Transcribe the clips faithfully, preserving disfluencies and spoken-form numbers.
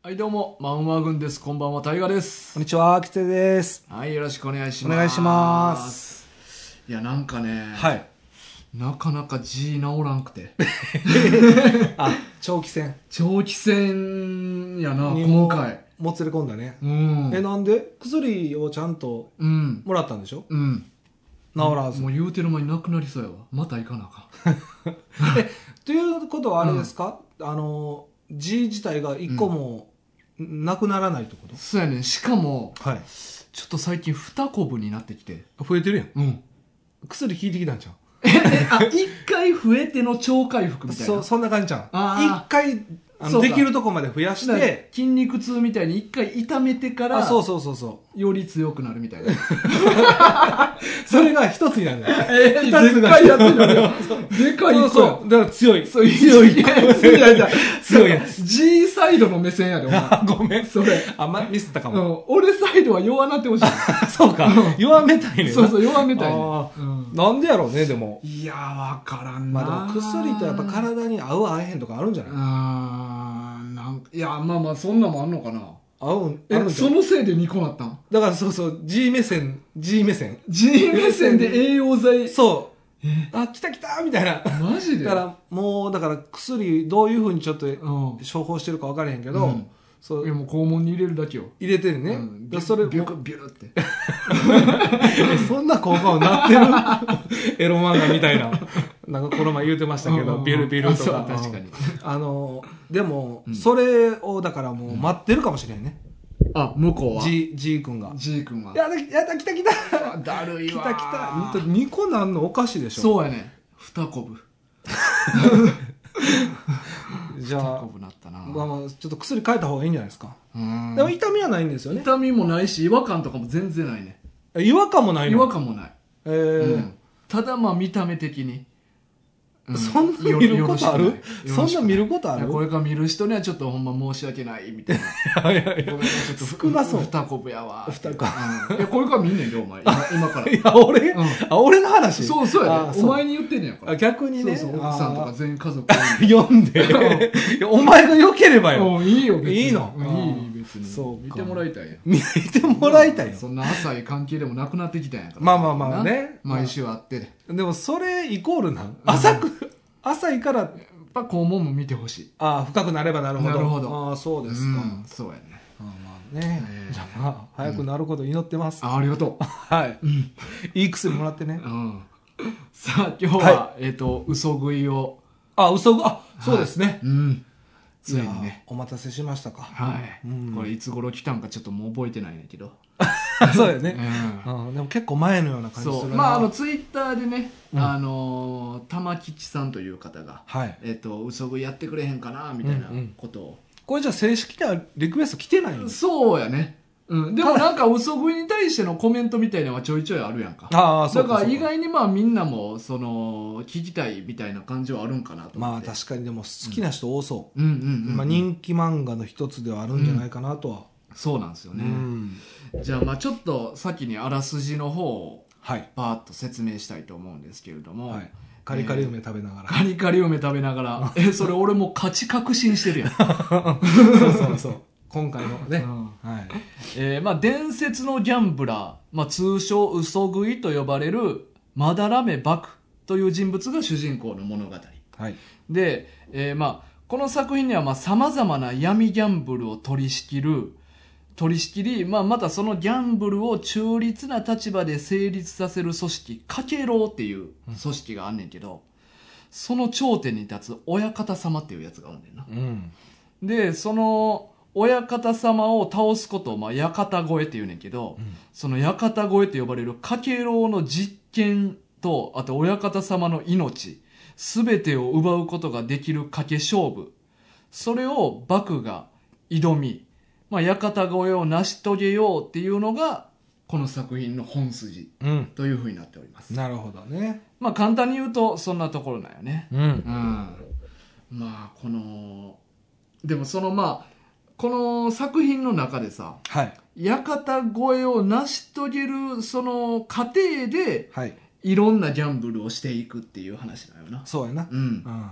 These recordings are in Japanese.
はいどうもマンマ軍です。こんばんは、タイガです。 こんにちは、キツネです。 はい、よろしくお願いします。 お願いします。 いやなんかね、 はい、 なかなか字治らんくてあ、長期戦長期戦やな今回。 もつれ込んだね。 うん、 え、なんで薬をちゃんともらったんでしょ。 うん、 治らず。 もう言うてる間になくなりそうやわ。また行かなあかんえ、ということはあれですか、うん、あの字自体が一個もなくならないってこと。うん、 そうやね。しかも、 はい、 ちょっと最近二こぶになってきて。 増えてるやん。 うん、 薬効いてきたんちゃう。 あ、一回増えての超回復みたいな。 そ, そんな感じちゃう。 一回あのできるとこまで増やして筋肉痛みたいに一回痛めてから、 あ、そうそうそうそう、 より強くなるみたいなそれが一つになるんだよ。 えー、二つがやつになるよ。でかい子や。 そうそう、だから強い。 そう強い。強いやつ。 強いやつ。 G サイドの目線やで、お前。 ごめん。 それ。 あんまミスったかも。 うん。俺サイドは弱なってほしい。 そうか。弱めたいね。 そうそう、弱めたいね。 うん、なんでやろうね、でも。 いや、わからんな。 まあでも薬とやっぱ体に合う合えへんとかあるんじゃない。 あー、なんか、いや、まあまあ、そんなもんあんのかな。 合うんえ、そのせいでにこなったん。 だからそうそう、G 目線、G 目線。 G 目線で栄養剤。 そう。あ、来た来たみたいな。 マジで。 だからもう、だから薬どういうふうにちょっと処方してるか分からへんけど、うん、 そう、いやもう肛門に入れるだけよ。 入れてるね。うん、 でそれビュビュルってそんな効果になってるエロ漫画みたいな。なんかこの前言うてましたけど、うん、ビルビルとか。 確かに。 あのでも、うん、それをだからもう待ってるかもしれんね。 あ、向こうは G, G 君が G 君はやだやだ来た来ただるいわ。 来た来た。にこなんのおかしいでしょ。 そうやね。にこぶじゃあにこぶなったな。 まあまあちょっと薬変えた方がいいんじゃないですか。うん、でも痛みはないんですよね。 痛みもないし違和感とかも全然ないね。 違和感もないの。 違和感もない。 えーうん、ただまあ見た目的に、 うん、そんな見ることある。そんな見ることある。 これから見る人にはちょっとほんま申し訳ないみたいな。いやいやいや、ごめんなちょっと少なそう。二こぶやわ。二こぶ。いやこれから見んねんよお前。今から。いや俺、うん、あ俺の話。 そうそうやね。お前に言ってんねやから。 逆にね。 そうそう、奥さんとか全員家族読んで。お前が良ければよ。 いいよ別に。いいいの。 いい別に。 そう見てもらいたいや。 見てもらいたいよ。 そんな浅い関係でもなくなってきたんやから。 まあまあまあね。 毎週会って。 でもそれイコールなん。浅く。浅いからやっぱ肛門も見てほしい。 ああ深くなればなるほど。 なるほど。 ああそうですか。 そうやね。 あまあね。じゃあまあ早くなること祈ってます。 あありがとう。 はい。いい薬もらってね。 さあ今日はえっと嘘食いを。 あ嘘食い、あそうですね。 うん。ついにね。 お待たせしましたか。 はい。これいつ頃来たんかちょっともう覚えてないんだけど。 そうやね。でも結構前のような感じするな。 まああのツイッターでね、あの玉吉さんという方が、えっと嘘食いやってくれへんかなみたいなことを。 これじゃあ正式なリクエスト来てないんです。 そうやね。うん。でもなんか嘘食いに対してのコメントみたいなのはちょいちょいあるやんか。 ああそうか。 だから意外にまあみんなもその聞きたいみたいな感じはあるんかなと思って。 まあ確かにでも好きな人多そう。うんうんうん。まあ人気漫画の一つではあるんじゃないかなとは。 そうなんですよね。じゃあまあちょっと先にあらすじの方をバーッと説明したいと思うんですけれども、はい、 カリカリ梅食べながら、 カリカリ梅食べながらえそれ俺もう勝ち確信してるやんそうそうそう今回のね、うんはいえーまあ、伝説のギャンブラー、まあ、通称嘘食いと呼ばれるまだらめ幕という人物が主人公の物語、はい、で、えーまあ、この作品にはさまざまな闇ギャンブルを取り仕切る取り仕切り、まあ、またそのギャンブルを中立な立場で成立させる組織かけろうっていう組織があんねんけど、うん、その頂点に立つ親方様っていうやつがあんねんな、うん、でその親方様を倒すことを、まあ、館越えって言うねんけど、うん、その館越えと呼ばれるかけろうの実験とあと親方様の命全てを奪うことができる賭け勝負、それを幕が挑み、まあ、館越えを成し遂げようっていうのがこの作品の本筋というふうになっております、 うん、なるほどね。 まあ簡単に言うとそんなところなんよね、 うんうん、 まあこのでもそのまあこの作品の中でさ、はい、館越えを成し遂げるその過程で、はい、いろんなギャンブルをしていくっていう話だよな。 そうやな、 うんうん、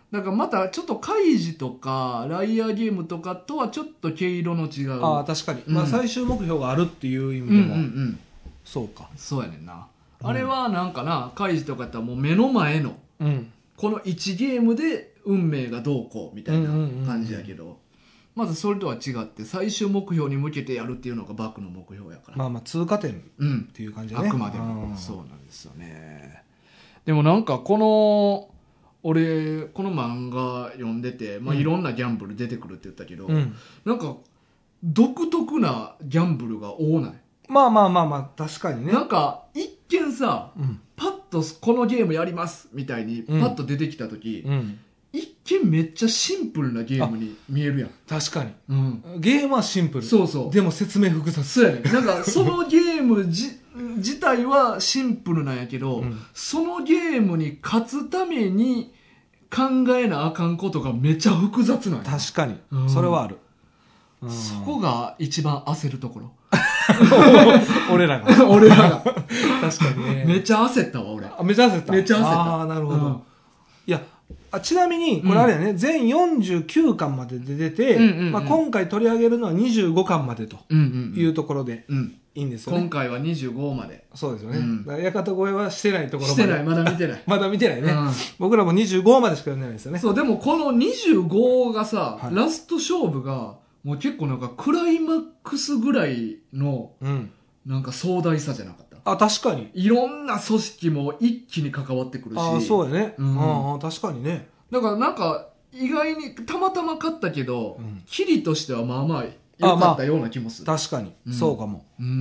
だからまたちょっとカイジとかライアーゲームとかとはちょっと毛色の違う。 ああ確かに、 うん、 まあ最終目標があるっていう意味でも、 うんうんうん、 そうか。 そうやねんな、うん、あれはなんかなカイジとかやったらもう目の前の、うん、このいちゲームで運命がどうこうみたいな感じやけど、うんうんうん、まずそれとは違って最終目標に向けてやるっていうのがバックの目標やから、 まあまあ通過点っていう感じだね、 うん、あくまでもそうなんですよね。でもなんかこの俺この漫画読んでて、まあ、いろんなギャンブル出てくるって言ったけど、うん、なんか独特なギャンブルが多ない？ まあまあまあまあ確かにね。 なんか一見さ、うん、パッとこのゲームやりますみたいにパッと出てきた時、うん、一見めっちゃシンプルなゲームに見えるやん。 確かに、うん、ゲームはシンプル。 そうそう。 でも説明複雑。 そうやね。なんかそのゲームじ自体はシンプルなんやけど、うん、そのゲームに勝つために考えなあかんことがめちゃ複雑なんや。 確かに、うん、それはある、 うん、そこが一番焦るところ。 俺らが俺らが確かにね。 めっちゃ焦ったわ俺。 あめっちゃ焦った。 めっちゃ焦った。 ああなるほど、うん、いやあちなみにこれあれやね、うん、全よんじゅうきゅうかんまで出てて、うんうんうん、まあ、今回取り上げるのはにじゅうごかんまでというところでいいんですよね、うん、 今回はにじゅうごまで。 そうですよね、うん、だから屋形越えはしてないところまでしてないまだ見てないまだ見てないね、うん、僕らもにじゅうごまでしか読んでないですよね。 そうでもこのにじゅうごがさ、はい、ラスト勝負がもう結構なんかクライマックスぐらいのなんか壮大さじゃなかった？ あ確かにいろんな組織も一気に関わってくるし。 あそうやね、うん、あ確かにね。 だからなんか意外にたまたま勝ったけど、うん、キリとしてはまあまあ良かったような気もする。 まあ、確かに、うん、そうかも、うんうん、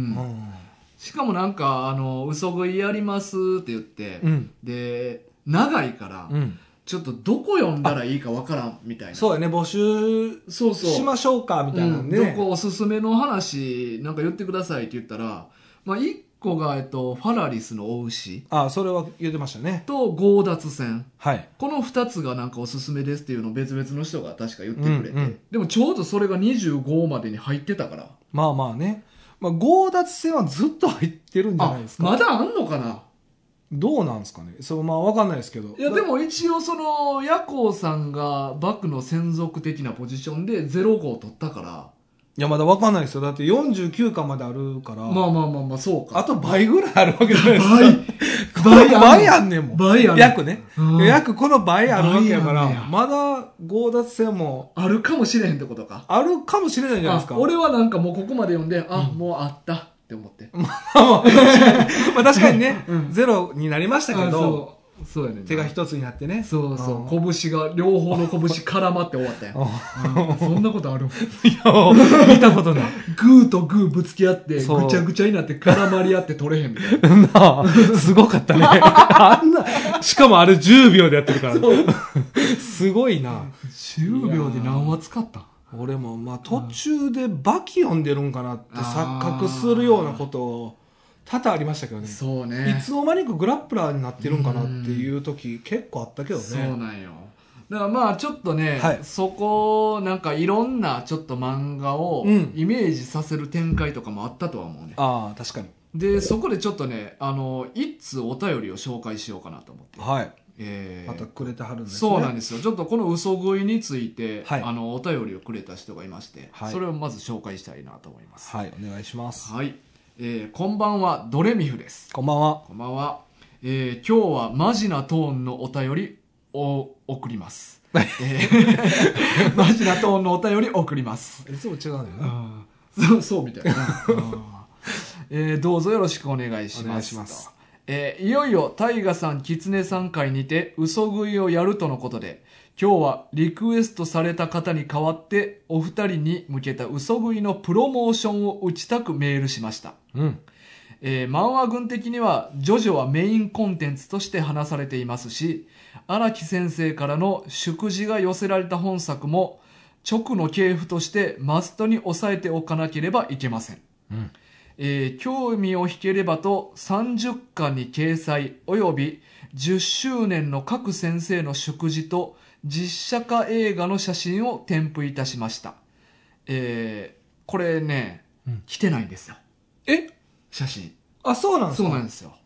しかもなんかあの嘘食いやりますって言って、うん、で長いから、うん、ちょっとどこ読んだらいいかわからんみたいな。 そうやね募集そうそうしましょうかみたいなね、 うん、どこおすすめの話なんか言ってくださいって言ったら、まあいっこが、えっと、ファラリスのお牛。 ああそれは言ってましたね。 と強奪戦、 はい、このふたつがなんかおすすめですっていうのを別々の人が確か言ってくれて、うんうん、でもちょうどそれがにじゅうごまでに入ってたから。 まあまあね、まあ、強奪戦はずっと入ってるんじゃないですか。 まだあんのかな。 どうなんですかね。そうまあ分かんないですけど。 いやでも一応そのヤコウさんがバクの専属的なポジションでゼロごを取ったから。 いやまだ分かんないですよ。だってよんじゅうきゅうかんまであるから。 まあまあまあまあそうか。 あと倍ぐらいあるわけじゃないですか。 倍倍倍あんねんもん。 倍ある。 約ね。約この倍あるわけやから、まだ強奪戦もあるかもしれへんってことか。 あるかもしれないじゃないですか。 俺はなんかもうここまで読んで、あ、うん、もうあったって思って。 まあ確かにね、うん、ゼロになりましたけど。 そうやね。 手が一つになってね。 そうそう。拳が、両方の拳絡まって終わったよ。そんなことある？いや、見たことない。 グーとグーぶつけ合って、ぐちゃぐちゃになって絡まり合って取れへんみたいな。 なあ、すごかったね。あんな、しかもあれじゅうびょうでやってるから。すごいな。 じゅうびょうで何話使った？ 俺も、まあ途中でバキ読んでるんかなって錯覚するようなことを、多々ありましたけどね。 そうね。 いつの間にかグラップラーになってるんかなっていう時結構あったけどね。 そうなんよ。だからまあちょっとね、はい、そこなんかいろんなちょっと漫画をイメージさせる展開とかもあったとは思うね。 うん、ああ確かに。 でそこでちょっとねあの一通お便りを紹介しようかなと思って。 はい。 えー、 またくれてはるんですね。 そうなんですよ。ちょっとこの嘘食いについて、はい、あのお便りをくれた人がいまして、はい、それをまず紹介したいなと思います。 はい、お願いします。 はい。えー、こんばんはドレミフです。 こんばんは。 こんばんは。えー、今日はマジなトーンのお便りを送ります。えー、マジなトーンのお便り送ります。 いつも違うのよな。 そうそうみたいな。えー、どうぞよろしくお願いします。お願いします。えー、いよいよタイガさん、キツネさん会にて嘘食いをやるとのことで、今日はリクエストされた方に代わってお二人に向けた嘘食いのプロモーションを打ちたくメールしました。 うん。 えー、漫画軍的にはジョジョはメインコンテンツとして話されていますし、荒木先生からの祝辞が寄せられた本作も直の系譜としてマストに押さえておかなければいけません。 うん。 えー、興味を引ければとさんじゅっかんに掲載及びじゅっしゅうねんの各先生の祝辞と実写化映画の写真を添付いたしました。えー、これね、うん、来てないんですよ。 え？ 写真。 あ、そうなんですか？ そうなんですよ。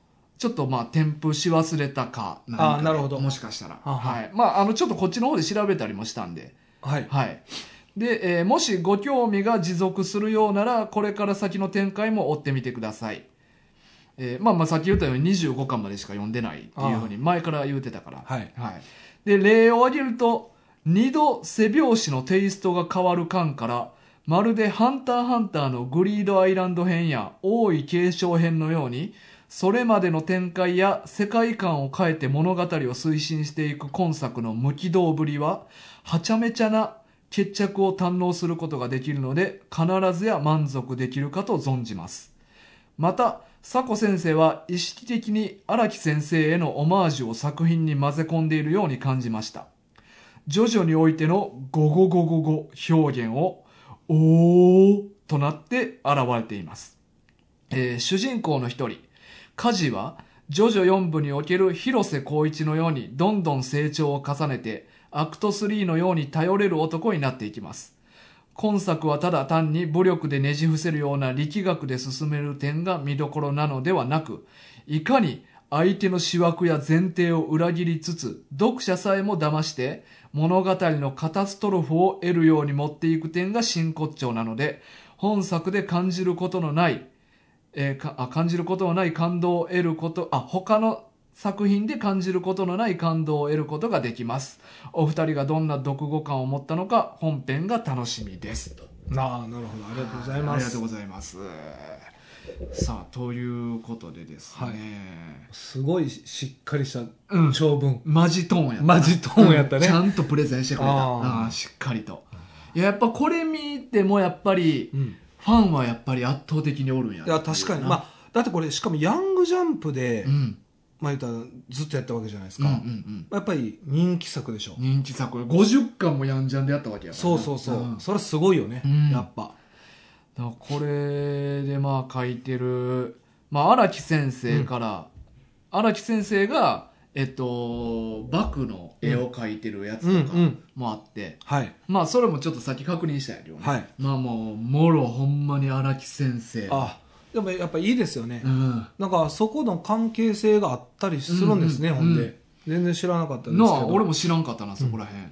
ちょっとまあ添付し忘れたか何かで、 あなるほどもしかしたら、 はははい、まああのちょっとこっちの方で調べたりもしたんで、 はい、 はい、で、えー、もしご興味が持続するようならこれから先の展開も追ってみてください。えー、まあまあさっき言ったようににじゅうごかんまでしか読んでないっていうふうに前から言うてたから、 はいはい、で例を挙げるとにど背拍子のテイストが変わる巻からまるでハンターハンターのグリードアイランド編や王位継承編のようにそれまでの展開や世界観を変えて物語を推進していく今作の無軌道ぶりははちゃめちゃな決着を堪能することができるので必ずや満足できるかと存じます。また佐古先生は意識的に荒木先生へのオマージュを作品に混ぜ込んでいるように感じました。ジョジョにおいてのゴゴゴゴゴ表現をおーとなって現れています。えー、主人公の一人カジはジョジョよん部における広瀬光一のようにどんどん成長を重ねてアクトスリーのように頼れる男になっていきます。今作はただ単に武力でねじ伏せるような力学で進める点が見どころなのではなく、いかに相手の思惑や前提を裏切りつつ読者さえも騙して物語のカタストロフを得るように持っていく点が真骨頂なので、本作で感じることのない、えー、かあ感じることのない感動を得ることあ他の作品で感じることのない感動を得ることができます。お二人がどんな読後感を持ったのか本編が楽しみですと。 なあなるほど、ありがとうございます。 ありがとうございます。さあということでですね、はい、 すごいしっかりした長文、 うん、マジトーンやったマジトーンやったね、 うん、ちゃんとプレゼンしてくれた。ああしっかりと。いややっぱこれ見てもやっぱり、うん、ファンはやっぱり圧倒的におるんや。 いや確かに、まあ、だってこれしかもヤングジャンプで、うんまあ、言ったらずっとやったわけじゃないですか、うんうんうん、やっぱり人気作でしょ。 人気作ごじゅっかんもヤンジャンでやったわけやから、 ね、そうそうそう、うん、それはすごいよね、うん、やっぱだからこれでまあ書いてるまあ荒木先生から荒、うん、木先生がえっとバクの絵を描いてるやつとかもあって、うんうんうんはい、まあそれもちょっとさっき確認したんやけどね、はい、まあもうもろほんまに荒木先生あでもやっぱいいですよね、うん、なんかそこの関係性があったりするんですね、うんうん、ほんで全然知らなかったんですけどな俺も知らんかったなそこらへん、うん、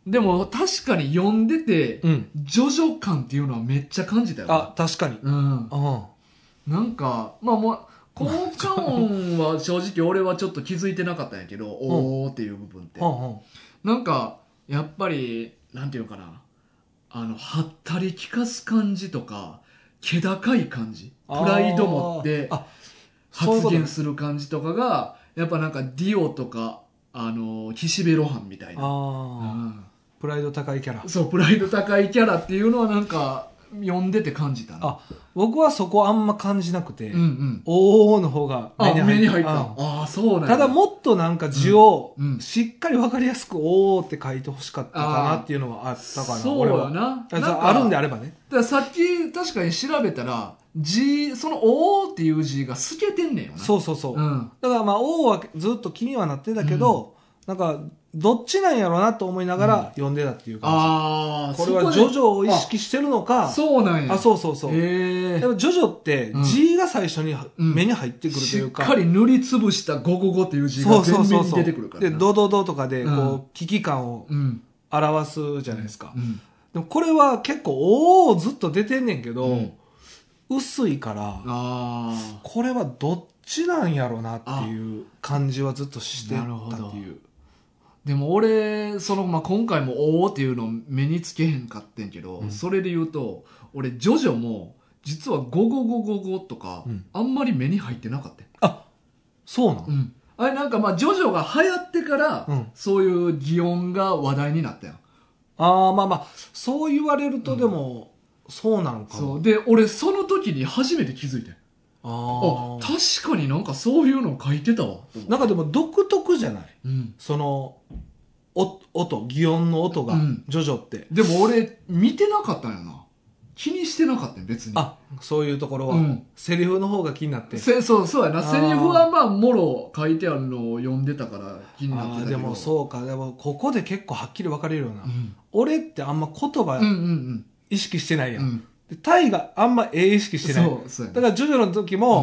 でも確かに読んでて、うん、ジョジョ感っていうのはめっちゃ感じたよ、ね、 あ確かに、うん、 あなんかまあもう効果音は正直俺はちょっと気づいてなかったんやけど、うん、おーっていう部分って、うんうん、なんかやっぱりなんていうかなあのはったり聞かす感じとか気高い感じプライド持って発言する感じとかがやっぱなんかディオとかあの岸辺露伴みたいなあ、 うん、プライド高いキャラそうプライド高いキャラっていうのはなんか読んでて感じたなあ僕はそこあんま感じなくて、うんうん、おーの方が目に入った。 目に入ったああそうなんただもっとなんか字をしっかり分かりやすくおーって書いてほしかったかなっていうのはあったかな。 そうやな。 あるんであればね。 だからさっき確かに調べたら字そのおーっていう字が透けてんねんよな。 そうそうそう、うん、だからまあおーはずっと気にはなってたけど、うん、なんかどっちなんやろうなと思いながら読んでたっていう感じ、うん、あこれはジョジョを意識してるのかそうなんやあそうそうそうへでもジョジョって字が最初に目に入ってくるというか、 うん、しっかり塗りつぶしたゴゴゴっていう字が全面に出てくるからでドドドとかでこう、うん、危機感を表すじゃないですか、うんうん、でもこれは結構おーずっと出てんねんけど、うん、薄いからあこれはどっちなんやろうなっていう感じはずっとしてたっていうでも俺その、まあ、今回もおーっていうの目につけへんかってんけど、うん、それで言うと俺ジョジョも実はゴゴゴゴゴとか、うん、あんまり目に入ってなかったあそうなの、うん、 あれなんかまあジョジョが流行ってから、うん、そういう擬音が話題になったよああまあまあそう言われるとでも、うん、そうなのかもそうで俺その時に初めて気づいてああ確かになんかそういうの書いてたわなんかでも独特じゃない、うん、そのお音擬音の音が、うん、ジョジョってでも俺見てなかったんやな気にしてなかったん別にあそういうところは、うん、セリフの方が気になってせそうそうやなセリフはまあもろ書いてあるのを読んでたから気になってたけどでもそうかでもここで結構はっきり分かれるような、うん、俺ってあんま言葉意識してないやん、うんうんうんでタイがあんまええ意識してないそうそう、ね、だからジョジョの時も、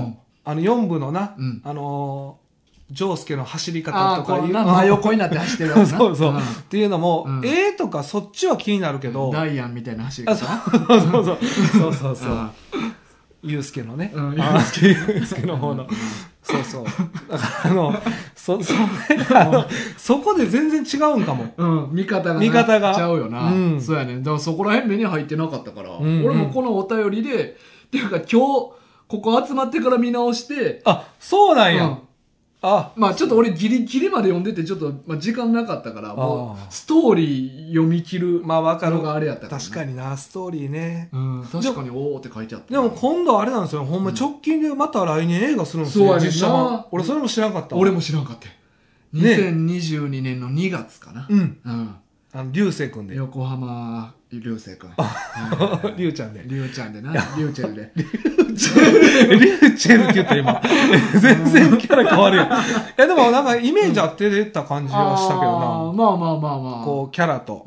あのよん部のな、 うん、 あのー、ジョースケの走り方とかいうの真横になって走ってるやつなそうそう、 うん、 っていうのも、うん、ええとかそっちは気になるけど、 ダイアンみたいな走り方そうそうそうそうそうそうユースケのね、うん、ユースケの方のそうそうだからあのそそあのそこで全然違うんかも、 うん、見方が見方がちゃうよな、うん、そうやね。だからそこら辺目に入ってなかったから、うんうん、俺もこのお便りでっていうか今日ここ集まってから見直して、 あ、そうなんや、うん、 あ、まあちょっと俺ギリギリまで読んでてちょっと、まあ、時間なかったからもうストーリー読み切るまあわかるのがあれやったから、 確かにな、ストーリーね、 うん、確かにおーって書いてあった。 でも今度あれなんですよ、ほんま直近でまた来年映画するんですよ、実写版。俺それも知らんかった。 俺も知らんかった。にせんにじゅうにねんのにがつかな。 うん、うん、あの流星君で横浜流星君リュウちゃんでリュウちゃんでな、リュウチェルでリュウチェルって言った今全然キャラ変わるよ。いやでもなんかイメージ合って出た感じはしたけどな、 うん、まあまあまあまあこうキャラと、うん、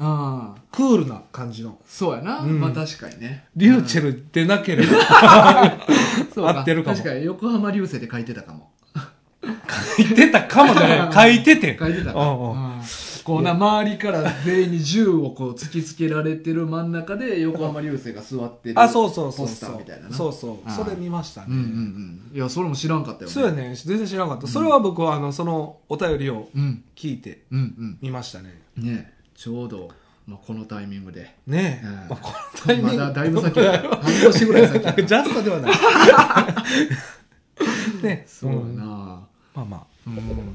クールな感じの。 そうやな、うん、まあ確かにね、 リュウチェルでなければ合ってるかも。 確かに横浜流星で書いてたかも書いてたかもじゃない書いてて書いてたか、うんうん、こうな周りから全員に銃をこう突きつけられてる真ん中で横浜流星が座ってるポスターみたいな。 そうそうそれ見ましたね、うんうんうん、いやそれも知らんかったよね。 そうやね、全然知らんかった、うん、それは僕はあのそのお便りを聞いて見ましたね、 うんうんうん、ねちょうど、まあ、このタイミングでねえ、 うんまあ、このタイミングまだだいぶ先だ半年ぐらい先だジャストではないね、 そうやな、うん、 まあまあ、 うん、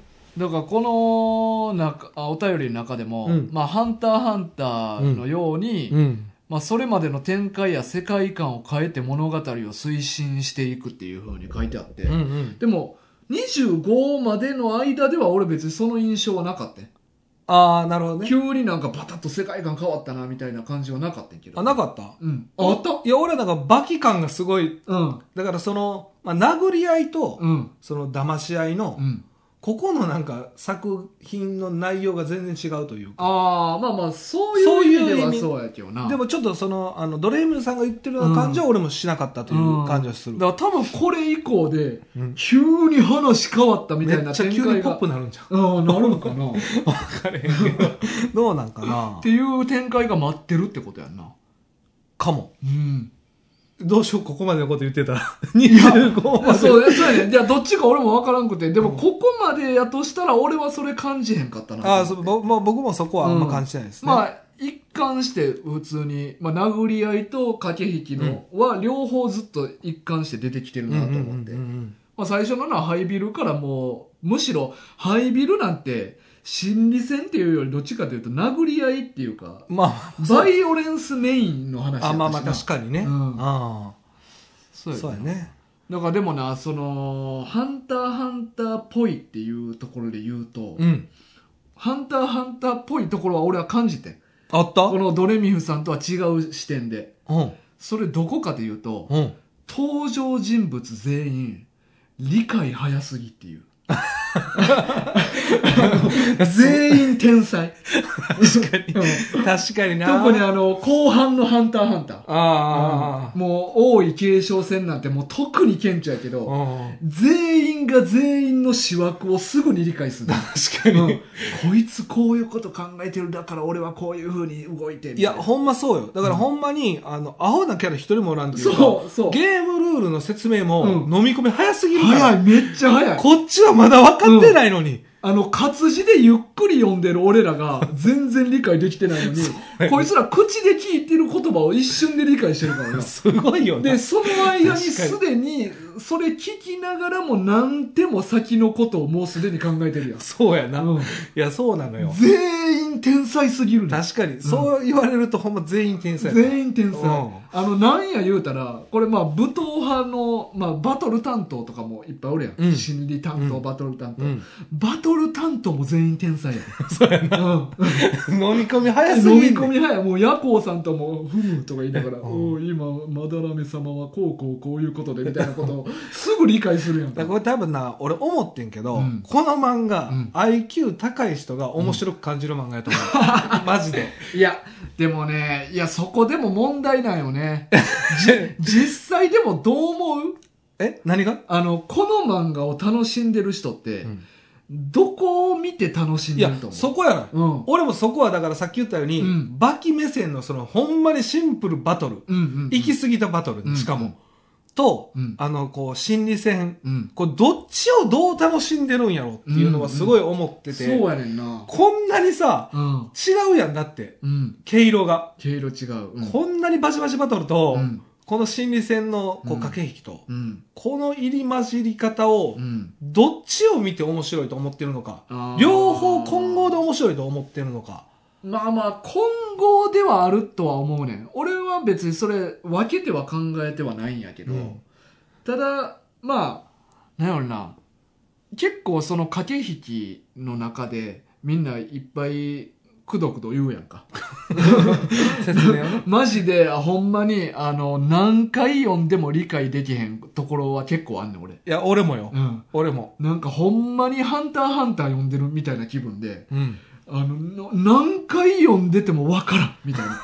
だからこの中あお便りの中でも、うんまあ、ハンターハンターのように、うんうんまあ、それまでの展開や世界観を変えて物語を推進していくっていう風に書いてあって、うんうん、でもにじゅうごまでの間では俺別にその印象はなかった。 ああなるほどね。 急になんかパタッと世界観変わったなみたいな感じはなかったけど。 あなかった。 うんああった。 いや俺なんかバキ感がすごい、うん、だからその、まあ、殴り合いと、うん、その騙し合いの、うんここのなんか作品の内容が全然違うというか。 ああ、まあまあ、そういう意味ではそうやけどな。 でもちょっとその、あの、ドレームさんが言ってるような感じは俺もしなかったという感じはする。 うんうん、だから多分これ以降で、急に話変わったみたいな展開が。めっちゃ急にポップなるんじゃん。 ああ、なるのかな。 わかれへんけど。どうなんかな。 っていう展開が待ってるってことやんな。 かも。 うん。 どうしよう、ここまでのこと言ってたら。にじゅうごまで。 そう、そうやね。いや、どっちか俺もわからんくて。でも、ここまでやとしたら、俺はそれ感じへんかったな。 ああ、そう、ぼ、まあ、僕もそこはあんま感じてないですね。 うん、まあ、一貫して普通に、まあ、殴り合いと駆け引きのは、両方ずっと一貫して出てきてるなと思って。まあ、最初ののはハイビルからもう、むしろ、ハイビルなんて、心理戦っていうよりどっちかというと殴り合いっていうか、まあ、バイオレンスメインの話やったしな。 あ、まあまあ確かにね。うん、ああそうや、ね、 そうやね。 だからでもな、その、ハンターハンターっぽいっていうところで言うと、 うん、 ハンターハンターっぽいところは俺は感じて。 あった？ このドレミフさんとは違う視点で。 うん、 それどこかというと、 うん、 登場人物全員、理解早すぎっていう。全員天才。 確かに、うん、確かにな。 特にあの後半のハンターハンター、 あ、 うん、もう王位継承戦なんてもう特に顕著やけど、全員が全員の思惑をすぐに理解する。 確かに、うん、 こいつこういうこと考えてる、だから俺はこういう風に動いてる。 いやほんまそうよ。だからほんまに、うん、あのアホなキャラ一人もおらんっていうか、 そうそう、 ゲームルールの説明も、うん、飲み込み早すぎるから。 早い、めっちゃ早い。 こっちはまだ分かってないのに、うん、 あの活字でゆっくり読んでる俺らが全然理解できてないのにこいつら口で聞いてる言葉を一瞬で理解してるからね。 すごいよね。 でその間にすでにそれ聞きながらも何手も先のことをもうすでに考えてるやん。 そうやな、 うん、いやそうなのよ。 全員天才すぎるね。 確かに、うん、そう言われるとほんま全員天才。 全員天才、うん、あのなんや言うたらこれまあ武闘派の、まあ、バトル担当とかもいっぱいおるやん、うん、心理担当、うん、バトル担当、うん、バトル担当も全員天才やね。 そうやな、うん、 飲み込み早すぎんねん。 飲み込み早い。もうヤコウさんともふむとか言いながら、お今マダラメ様はこうこうこういうことでみたいなことをすぐ理解するやん。 だからこれ多分な俺思ってんけど、うん、この漫画、うん、アイキュー 高い人が面白く感じる漫画やと思う、うん、マジで。 いやでもね、いやそこでも問題なんよね。実際でもどう思う？ え何があの、この漫画を楽しんでる人って、うん、どこを見て楽しんでると思う？いや、 そこやな、うん。俺もそこはだからさっき言ったように、うん、バキ目線のその、ほんまにシンプルバトル。うんうんうん、行き過ぎたバトル、しかも。うんうん、と、うん、あの、こう、心理戦、うん、こう、どっちをどう楽しんでるんやろっていうのはすごい思ってて。 うんうん、そうやねんな。 こんなにさ、うん、違うやんだって、うん、毛色が。 毛色違う。 うん、こんなにバチバチバトルと、うん、この心理戦のこう駆け引きと、うん、この入り混じり方を、うん、どっちを見て面白いと思ってるのか、両方混合で面白いと思ってるのか。 まあまあ、混合ではあるとは思うねん。俺は別にそれ分けては考えてはないんやけど、うん、ただ、まあ、なんやろな、結構その駆け引きの中でみんないっぱいくどくど言うやんか。説明はね。マジで、ほんまに、あの、何回読んでも理解できへんところは結構あんねん、俺。いや、俺もよ。うん。俺も。 なんかほんまにハンターハンター読んでるみたいな気分で、うん。あの、何回読んでてもわからん、みたいな。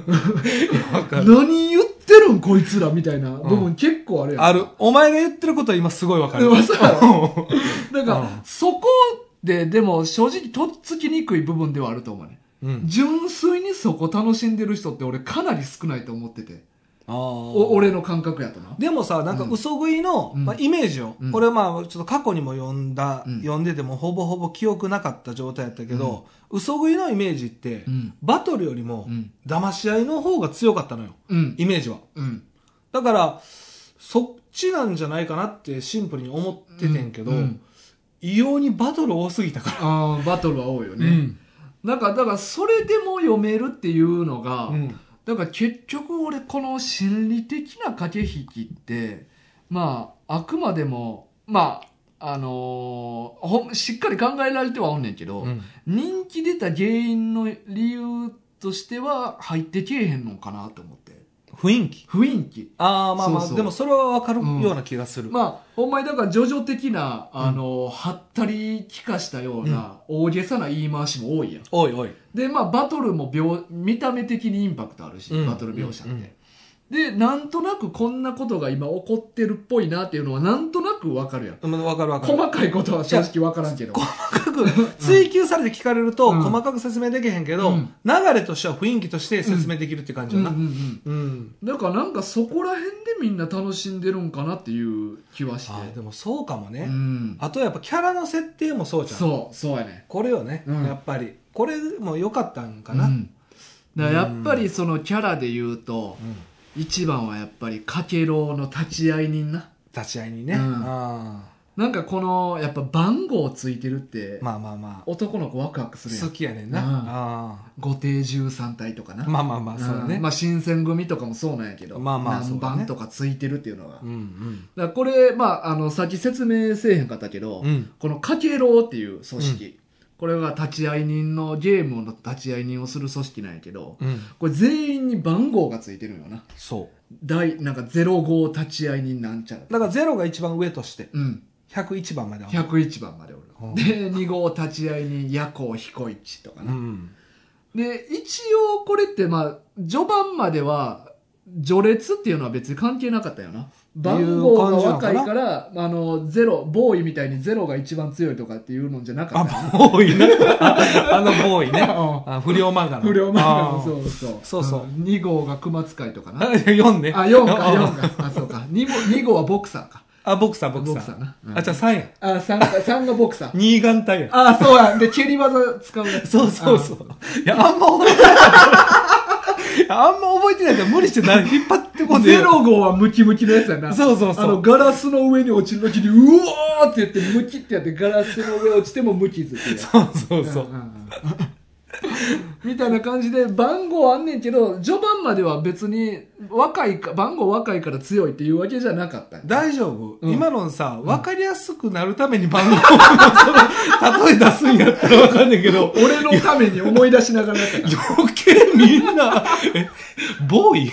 何言ってるん、こいつら、みたいな部分結構あるやん、うん。 ある。お前が言ってることは今すごいわかる。 だから、うん、そこで、でも正直とっつきにくい部分ではあると思うね。うん、純粋にそこ楽しんでる人って俺かなり少ないと思ってて。あお俺の感覚やとな。 でもさ、なんか嘘食いの、うんまあ、イメージを、うん、俺はまあちょっと過去にも読んだ、うん、読んでてもほぼほぼ記憶なかった状態やったけど、うん、嘘食いのイメージって、うん、バトルよりも、うん、騙し合いの方が強かったのよ、うん、イメージは、うん、だからそっちなんじゃないかなってシンプルに思っててんけど、うんうん、異様にバトル多すぎたから。 あバトルは多いよね、うん、なんかだからそれでも読めるっていうのが、うんだから結局俺この心理的な駆け引きってまああくまでもまああのー、ほしっかり考えられてはおんねんけど、うん、人気出た原因の理由としては入ってけえへんのかなと思って。 雰囲気雰囲気ああまあまあそうそうでもそれは分かるような気がする、 うん、まあほんまにだからジョジョ的なあの、うん、はったり聞かしたような、うん、大げさな言い回しも多いやん多い多いでまあバトルも見た目的にインパクトあるし、うん、バトル描写って、うんうんでなんとなくこんなことが今起こってるっぽいなっていうのはなんとなく分かるやん、 うん、分かる分かる細かいことは正直分からんけど細かく追求されて聞かれると、うん、細かく説明できへんけど、うん、流れとしては雰囲気として説明できるって感じよな、うんうんうんうん、 だからなんかそこら辺でみんな楽しんでるんかなっていう気はしてあでもそうかもね、うん、あとやっぱキャラの設定もそうじゃんそうそうやねこれよね、うん、やっぱりこれも良かったんかな、うん、 だからやっぱりそのキャラで言うと、うん一番はやっぱりかけろうの立ち会い人な立ち会い人ね、うん、あなんかこのやっぱ番号ついてるってまあまあまあ男の子ワクワクするやん好きやねんな、うん、あ後手じゅうさん体とかなまあまあまあそうだね、 うん、まあ新選組とかもそうなんやけどまあまあ何番とかついてるっていうのが、うんうん、だからこれまああのさっき説明せえへんかったけど、うん、このかけろうっていう組織、うんこれが立ち会い人のゲームの立ち会い人をする組織なんやけど、うん、これ全員に番号がついてるんよなそう大なんかゼロご立ち会い人なんちゃらだからゼロが一番上として、うん、ひゃくいちばんまでおるひゃくいちばんまでおる、うん、でに号立ち会い人夜行彦一とかな、うん、で一応これってまあ序盤までは序列っていうのは別に関係なかったよな番号が若いからあのゼロボーイみたいにゼロが一番強いとかっていうのじゃなかったあボーイねあのボーイねあ不良漫画の不良漫画のそうそうそうそう、うん、 に号が熊使いとかなよんねあよんかよんかあそうか 2, 2号はボクサーかあボクサーボクサーボクサーな、うん、あじゃあさんやあ 3, さんがボクサーに眼帯やあそうやで蹴り技使うやつそうそうそういやあんま覚えてないあんま覚えてないから無理して引っ張ってこんでゼロ号はムキムキのやつやなそうそうそうあのガラスの上に落ちるときにうわーって言ってムキってやってガラスの上落ちても無傷ってやそうそうそう、うんうんうんみたいな感じで番号あんねんけど序盤までは別に若いか番号若いから強いっていうわけじゃなかった大丈夫、うん、今のさ分かりやすくなるために番号のその例え出すんやったら分かんねんけど俺のために思い出しながらやった余計みんな、え、ボーイ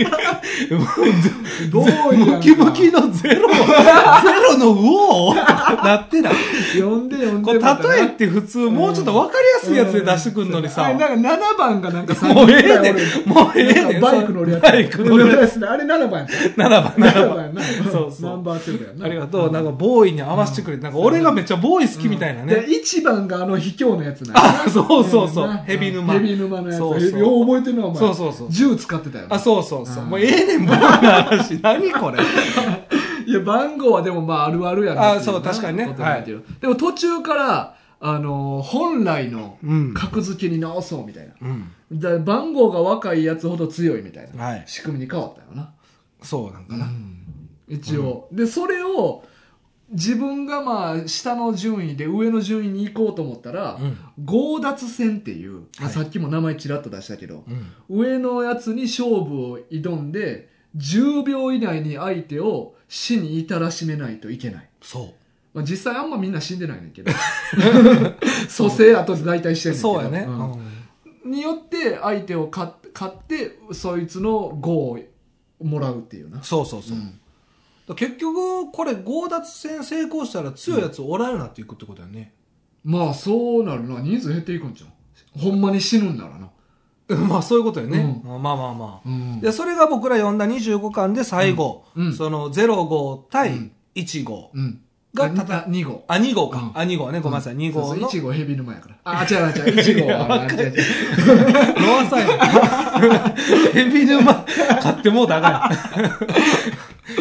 ボーイムキムキのゼロ、ゼロのウオーなってない。 読んで読んで。 これ例えって普通もうちょっとわかりやすいやつで出してくんのにさ。 うん、なんかななばんがなんかもうええねん。もうええねん。 バイク乗るやつ。 バイク乗るやつ。 あれななばんやった。 ななばん、ななばんやな。 そうそう。 ナンバーツーだよな。 ありがとう。なんかボーイに合わせてくれて、なんか俺がめっちゃボーイ好きみたいなね。 で、いちばんがあの卑怯なやつなんあ、そうそうそう。ヘビ沼。 ヘビ沼のやつ。 そうそう。 よう覚えてるな、お前。 そうそうそう。 銃使ってたよ。 あ、そうそうそう。もうええねん、ボーイの話。何これ。 いや、番号はでもまああるあるやな。 あ、そう、確かにね。はい。 でも途中から、あの、本来の格付けに直そうみたいな。うん。だ番号が若いやつほど強いみたいな。はい。仕組みに変わったよな。 そうなんかな。うん、 一応、うん。で、それを、自分がまあ、下の順位で上の順位に行こうと思ったら、うん、強奪戦っていう、はい、さっきも名前ちらっと出したけど、うん、上のやつに勝負を挑んで、じゅうびょう以内に相手を死に至らしめないといけない。 そう。 まあ、実際あんまみんな死んでないねんけど。蘇生後で大体してんねんけど。 そうやね。 うん、によって相手を勝って、そいつのごをもらうっていうな。 そうそうそう。うん結局、これ、強奪戦成功したら強いやつおらんようになっていくってことだよね。 うん、まあ、そうなるな。人数減っていくんじゃん。ほんまに死ぬんならな。 まあ、そういうことよね。うん、まあまあまあ、うん。で、それが僕ら読んだにじゅうごかんで最後、うん、そのゼロ号対いち号がたた、 に号。 あ、に号か。あ、に号ね。ごめんなさい。に号の。そうそういち号ヘビ沼やから。あ、違う違う。いち号は。違う違う。 ノアサイン。ヘビ沼買ってもうだから。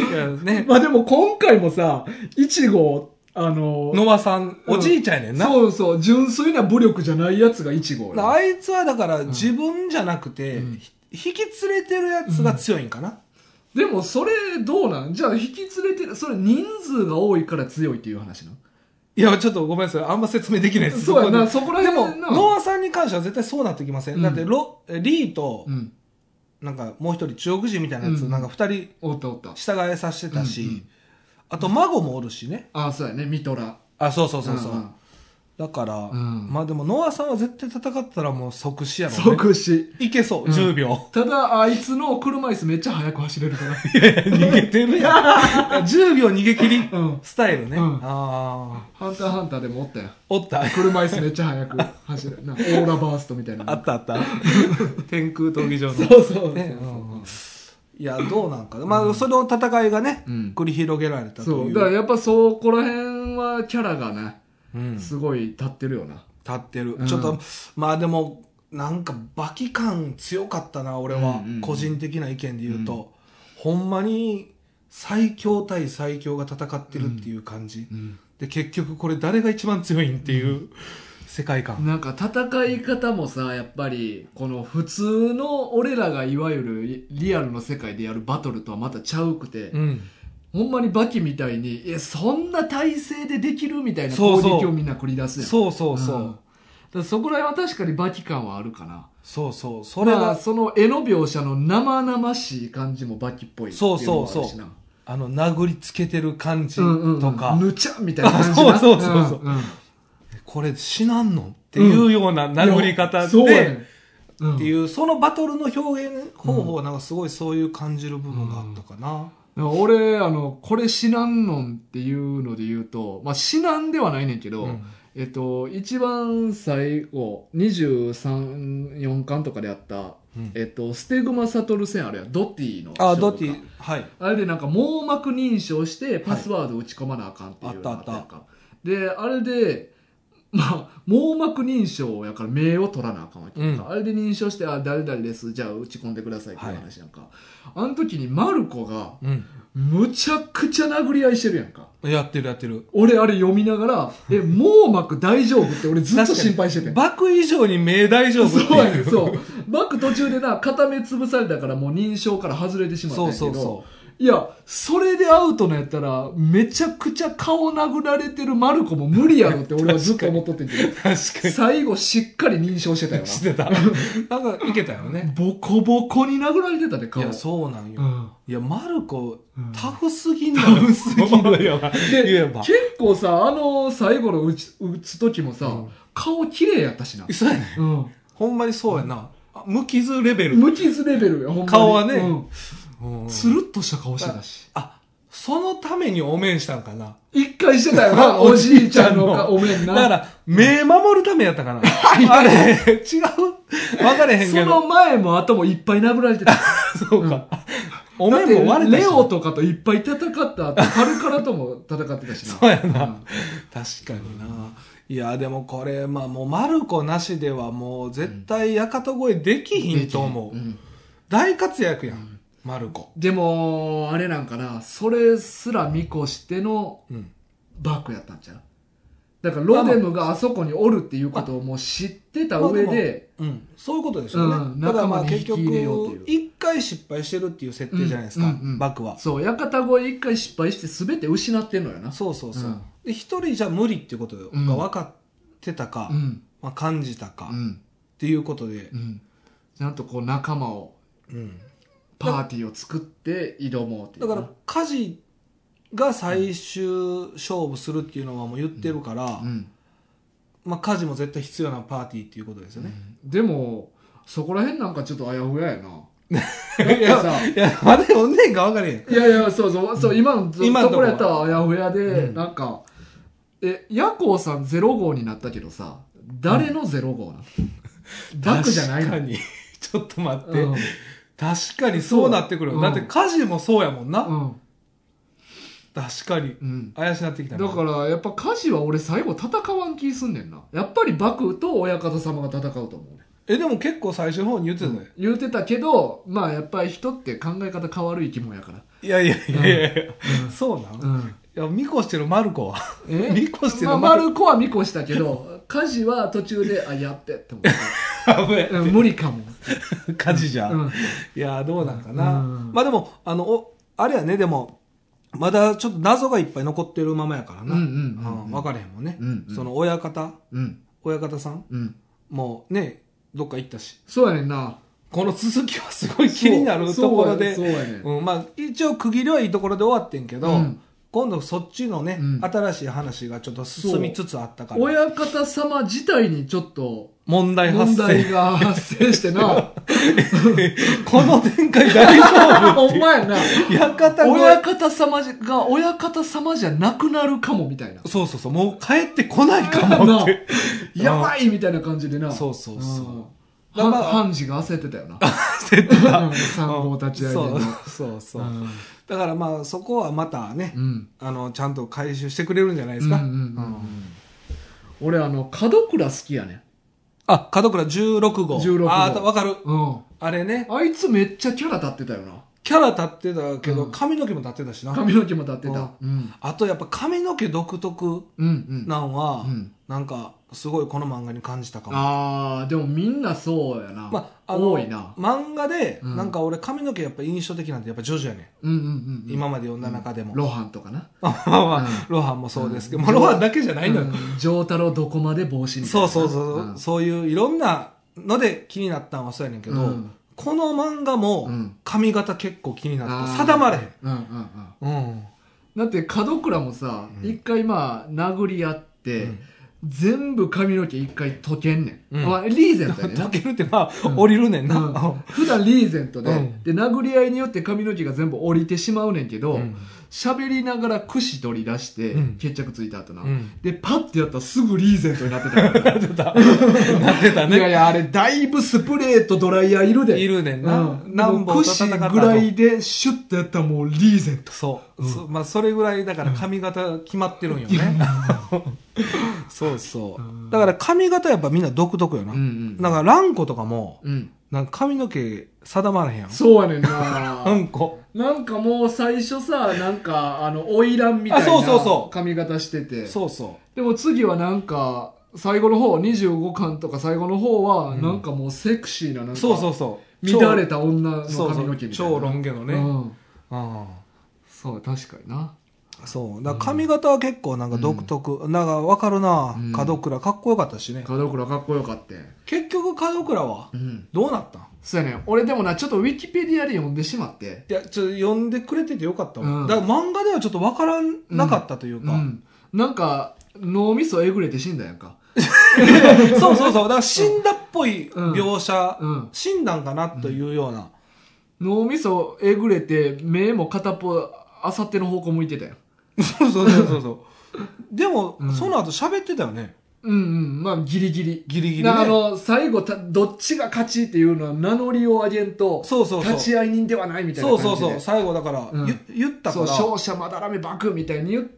いやね。まあでも今回もさ、いち号、あの、 ノアさん、おじいちゃんやねんな。 そうそう、純粋な武力じゃないやつがいち号。 あいつはだから自分じゃなくて、うん、引き連れてるやつが強いんかな。うんでもそれどうなんじゃあ引き連れてる、それ人数が多いから強いっていう話なのいや、ちょっとごめんなさい。あんま説明できないです。 そうやな、そこら辺でも、ノアさんに関しては絶対そうなってきません。うん、だってロ、リーと、うん、なんかもう一人中国人みたいなやつ、うん、なんか二人、 おったおった。 従えさせてたし、うんうん、あと孫もおるしね。 ああ、そうやね、ミトラ。 あ、そうそうそうそう。うんうんだから、うん、まあでもノアさんは絶対戦ったらもう即死やろね。 即死。 いけそう、うん、じゅうびょう。 ただ、あいつの車椅子めっちゃ速く走れるから。 いやいや、逃げてるやん。じゅうびょう逃げ切り、うん、スタイルね。うん、ああ。ハンターハンターでもおったよ。 おった。 車椅子めっちゃ速く走る。なんかオーラバーストみたいな。 あったあった。天空闘技場の。 そうそうそうそう、ねうん。 いや、どうなんか。まあ、その戦いがね、うん、繰り広げられたという。 そう。だからやっぱそこら辺はキャラがね、うん、すごい立ってるよな。 立ってる、うん、ちょっとまあでもなんかバキ感強かったな俺は、うんうんうん、個人的な意見で言うと、うん、ほんまに最強対最強が戦ってるっていう感じ、うんうん、で結局これ誰が一番強いんっていう世界観、 なんか戦い方もさやっぱりこの普通の俺らがいわゆるリアルの世界でやるバトルとはまたちゃうくて、うんほんまにバキみたいに、え、そんな体勢でできるみたいな攻撃をみんな繰り出すやん。 そうそうそう。うん、 だそこら辺は確かにバキ感はあるかな。 そうそう。それが、 まあ、その絵の描写の生々しい感じもバキっぽいっていうのがあるしな。そうそうそう。 あの、殴りつけてる感じとか。 うんうん、ぬちゃみたいな感じな。 そうそうそうそう、うんうん。これ死なんのっていうような殴り方で、うんねうん、っていう、そのバトルの表現方法はなんかすごいそういう感じる部分があったかな。うん俺、あの、これ死なんのんっていうので言うと、まあ、死なんではないねんけど、うん、えっと、一番最後、にじゅうさん、よんかんとかであった、うん、えっと、ステグマサトル戦あるやん、ドティの。 あ、ドティ、はい。 あれでなんか網膜認証してパスワード打ち込まなあかんっていうのがあったやんか。はい、で、あれで、まあ、網膜認証やから目を取らなあかんわけやんか、うん、あれで認証して、あ、誰々です、じゃあ打ち込んでくださいっていう話やんか。はい、あの時にマルコが、むちゃくちゃ殴り合いしてるやんか。 やってるやってる。 俺あれ読みながら、え、網膜大丈夫って俺ずっと心配してて。 バク以上に目大丈夫っていう。 そうやねん、そう。バク途中でな、片目潰されたからもう認証から外れてしまったんやけど、そうそうそう。いや、それでアウトのやったら、めちゃくちゃ顔殴られてるマルコも無理やろって俺はずっと思っとってんけど。 確かに。 最後しっかり認証してたよな。 してた。なんかいけたよね。 ボコボコに殴られてたで、顔。 いや、そうなんよ。うん、いや、マルコ、うん、タフすぎんのよ。タフすぎんのよ。 で、結構さ、あの、最後の打つ、打つ時もさ、うん、顔綺麗やったしな。 そうやね。うん。ほんまにそうやな。 無傷レベル。 無傷レベルよ、ほんまに。 顔はね。 うん。つるっとした顔してたし。 あ、そのためにお面したんかな。 一回してたよな、おじいちゃんのお面な。 だから、目守るためやったかな。あれ、違う分かれへんけど。 その前も後もいっぱい殴られてた。 そうか。お面も割れたし。 レオとかといっぱい戦った後、カルカラとも戦ってたしな。 そうやな。確かにな。いや、でもこれ、まあもう、マルコなしではもう、絶対、屋形越えできひんと思う。大活躍やん。マルコ。 でも、あれなんかな、それすら見越してのバックやったんちゃう？だからロデムがあそこにおるっていうことをもう知ってた上で、 うん、そういうことですよね。うん、だからまあ結局、一回失敗してるっていう設定じゃないですか、うんうんうん、バックは。 そう、屋形越え一回失敗して全て失ってんのよな。 そうそうそう。うん、で、一人じゃ無理っていうことが分かってたか、うん、まあ、感じたか、うん、っていうことで、うん、 ちゃんとこう仲間を、うんパーティーを作って挑もうっていう。 だから家事が最終勝負するっていうのはもう言ってるから、うんうん、まあ家事も絶対必要なパーティーっていうことですよね、 うん、でもそこら辺なんかちょっとあやふややないやさいやまだ読んでんか分かれへん。 いやいやそうそうそう、うん、今のところやったらあやふやで、うん、なんかえヤコウさんゼロ号になったけどさ誰のゼロ号なの、うん、バクじゃないの。 確かにちょっと待って、うん確かにそうなってくるよ、うん、だって家事もそうやもんな、うん、確かに、うん、怪しなってきたな。だからやっぱ家事は俺最後戦わん気すんねんな。やっぱりバクと親方様が戦うと思うね。 えでも結構最初の方に言ってたね、うん、 言ってたけどまあやっぱり人って考え方変わる生き物やから。 いやいやいやいや、うん、そうなの、うん、いや見越してるマルコはえ見越してるマルコ、まあ、マルコは見越したけど家事は途中であやってって思った無理かも家事じゃ、うん、いやどうなんかな、うん、まあでもあのおあれやねでもまだちょっと謎がいっぱい残ってるままやからな、うんうんうんうん、分かれへんもんね、うんうん、その親方、うん、親方さん、うん、もうねどっか行ったし。 そうやねんな。 この続きはすごい気になるところで、そうそうやね、うん、まあ一応区切りはいいところで終わってんけど、うん今度そっちのね、うん、新しい話がちょっと進みつつあったから。 親方様自体にちょっと問題発生。 問題が発生してな。 この展開大丈夫ほんまやな。親方親方様が親方様じゃなくなるかもみたいな。 そうそうそう。もう帰ってこないかもって。 やばいみたいな感じでな。 そうそうそう。 だから判事が焦ってたよな。 焦ってた。 三号立ち上げで。 そうそうそう。だからまあそこはまたね、うん、あのちゃんと回収してくれるんじゃないですか。うんうんうんうん、 俺あの門倉好きやねん。 あ、門倉じゅうろくごう。 じゅうろくごう。 ああ、わかる、うん。あれね。 あいつめっちゃキャラ立ってたよな。 キャラ立ってたけど、うん、髪の毛も立ってたしな。 髪の毛も立ってた。 うん、あとやっぱ髪の毛独特なんは、うんうん、なんかすごいこの漫画に感じたかも。 ああ、でもみんなそうやな。まあ、あの多いな。 漫画で、うん、なんか俺髪の毛やっぱ印象的なんてやっぱジョジョやね、うんうんうんうん。今まで読んだ中でも。 うん、ロハンとかな。 まあまあ、うん、ロハンもそうですけど、うん、まあロハンだけじゃないのよ。 丈、うん、太郎どこまで帽子みたいな。 そうそうそう、うん。そういういろんなので気になったのはそうやねんけど、うんこの漫画も髪型結構気になって、うん、定まれへん。うんうんうん。うん、だって門倉もさ、うん、一回まあ殴り合って、うん、全部髪の毛一回溶けんねん。うん、まあ、リーゼントやねんな。 溶けるってまあ、うん、降りるねんな。うん、 普段リーゼントで、うん、で、殴り合いによって髪の毛が全部降りてしまうねんけど、喋、うん、りながら櫛取り出して、うん、決着ついた後な、うん。で、パッてやったらすぐリーゼントになってたから。なってた。なってたね。いやいや、あれ、だいぶスプレーとドライヤーいるで。 いるねんな。うん、 何本櫛ぐらいでシュッてやったらもうリーゼント。 そう。うん、そまあ、それぐらいだから髪型決まってるんよね。そうそう。だから髪型やっぱみんな独特よな。うんうん、だからランコとかも、うん、なんか髪の毛定まらへんやん。 そうやねんな。 ランコ。 なんかもう最初さ、なんかあの、花魁みたいな髪型してて。 そうそう。 でも次はなんか、最後の方、にじゅうごかんとか最後の方は、なんかもうセクシーな、なんか、 そうそうそう。 乱れた女の髪の毛みたいな。 超ロン毛のね。うん。 ああ。そう、確かにな。 そうだから髪型は結構なんか独特、うん、なんか分かるな、うん、門倉かっこよかったしね。 門倉かっこよかった。 結局門倉はどうなったん、うん、 そうやね俺でもなちょっとウィキペディアで読んでしまっていやちょっと読んでくれててよかったわ、うん、だから漫画ではちょっと分からなかったというか、うんうん、なんか脳みそえぐれて死んだやんかそうそうそう。だから死んだっぽい描写、うんうん、死んだんかなというような。 うん、脳みそえぐれて、目も片っぽ、あさっての方向向いてたよ。 そうそうそうそうそう。でも、うん、その後喋ってたよね。 うんうん。まあ、ギリギリ。 ギリギリ、ね。 あの、最後た、どっちが勝ちっていうのは名乗りを上げんと、 そうそうそう。 立ち会い人ではないみたいな感じで。 そうそうそう。最後だから、うん、言ったから。 そう、勝者まだらめ爆みたいに言って、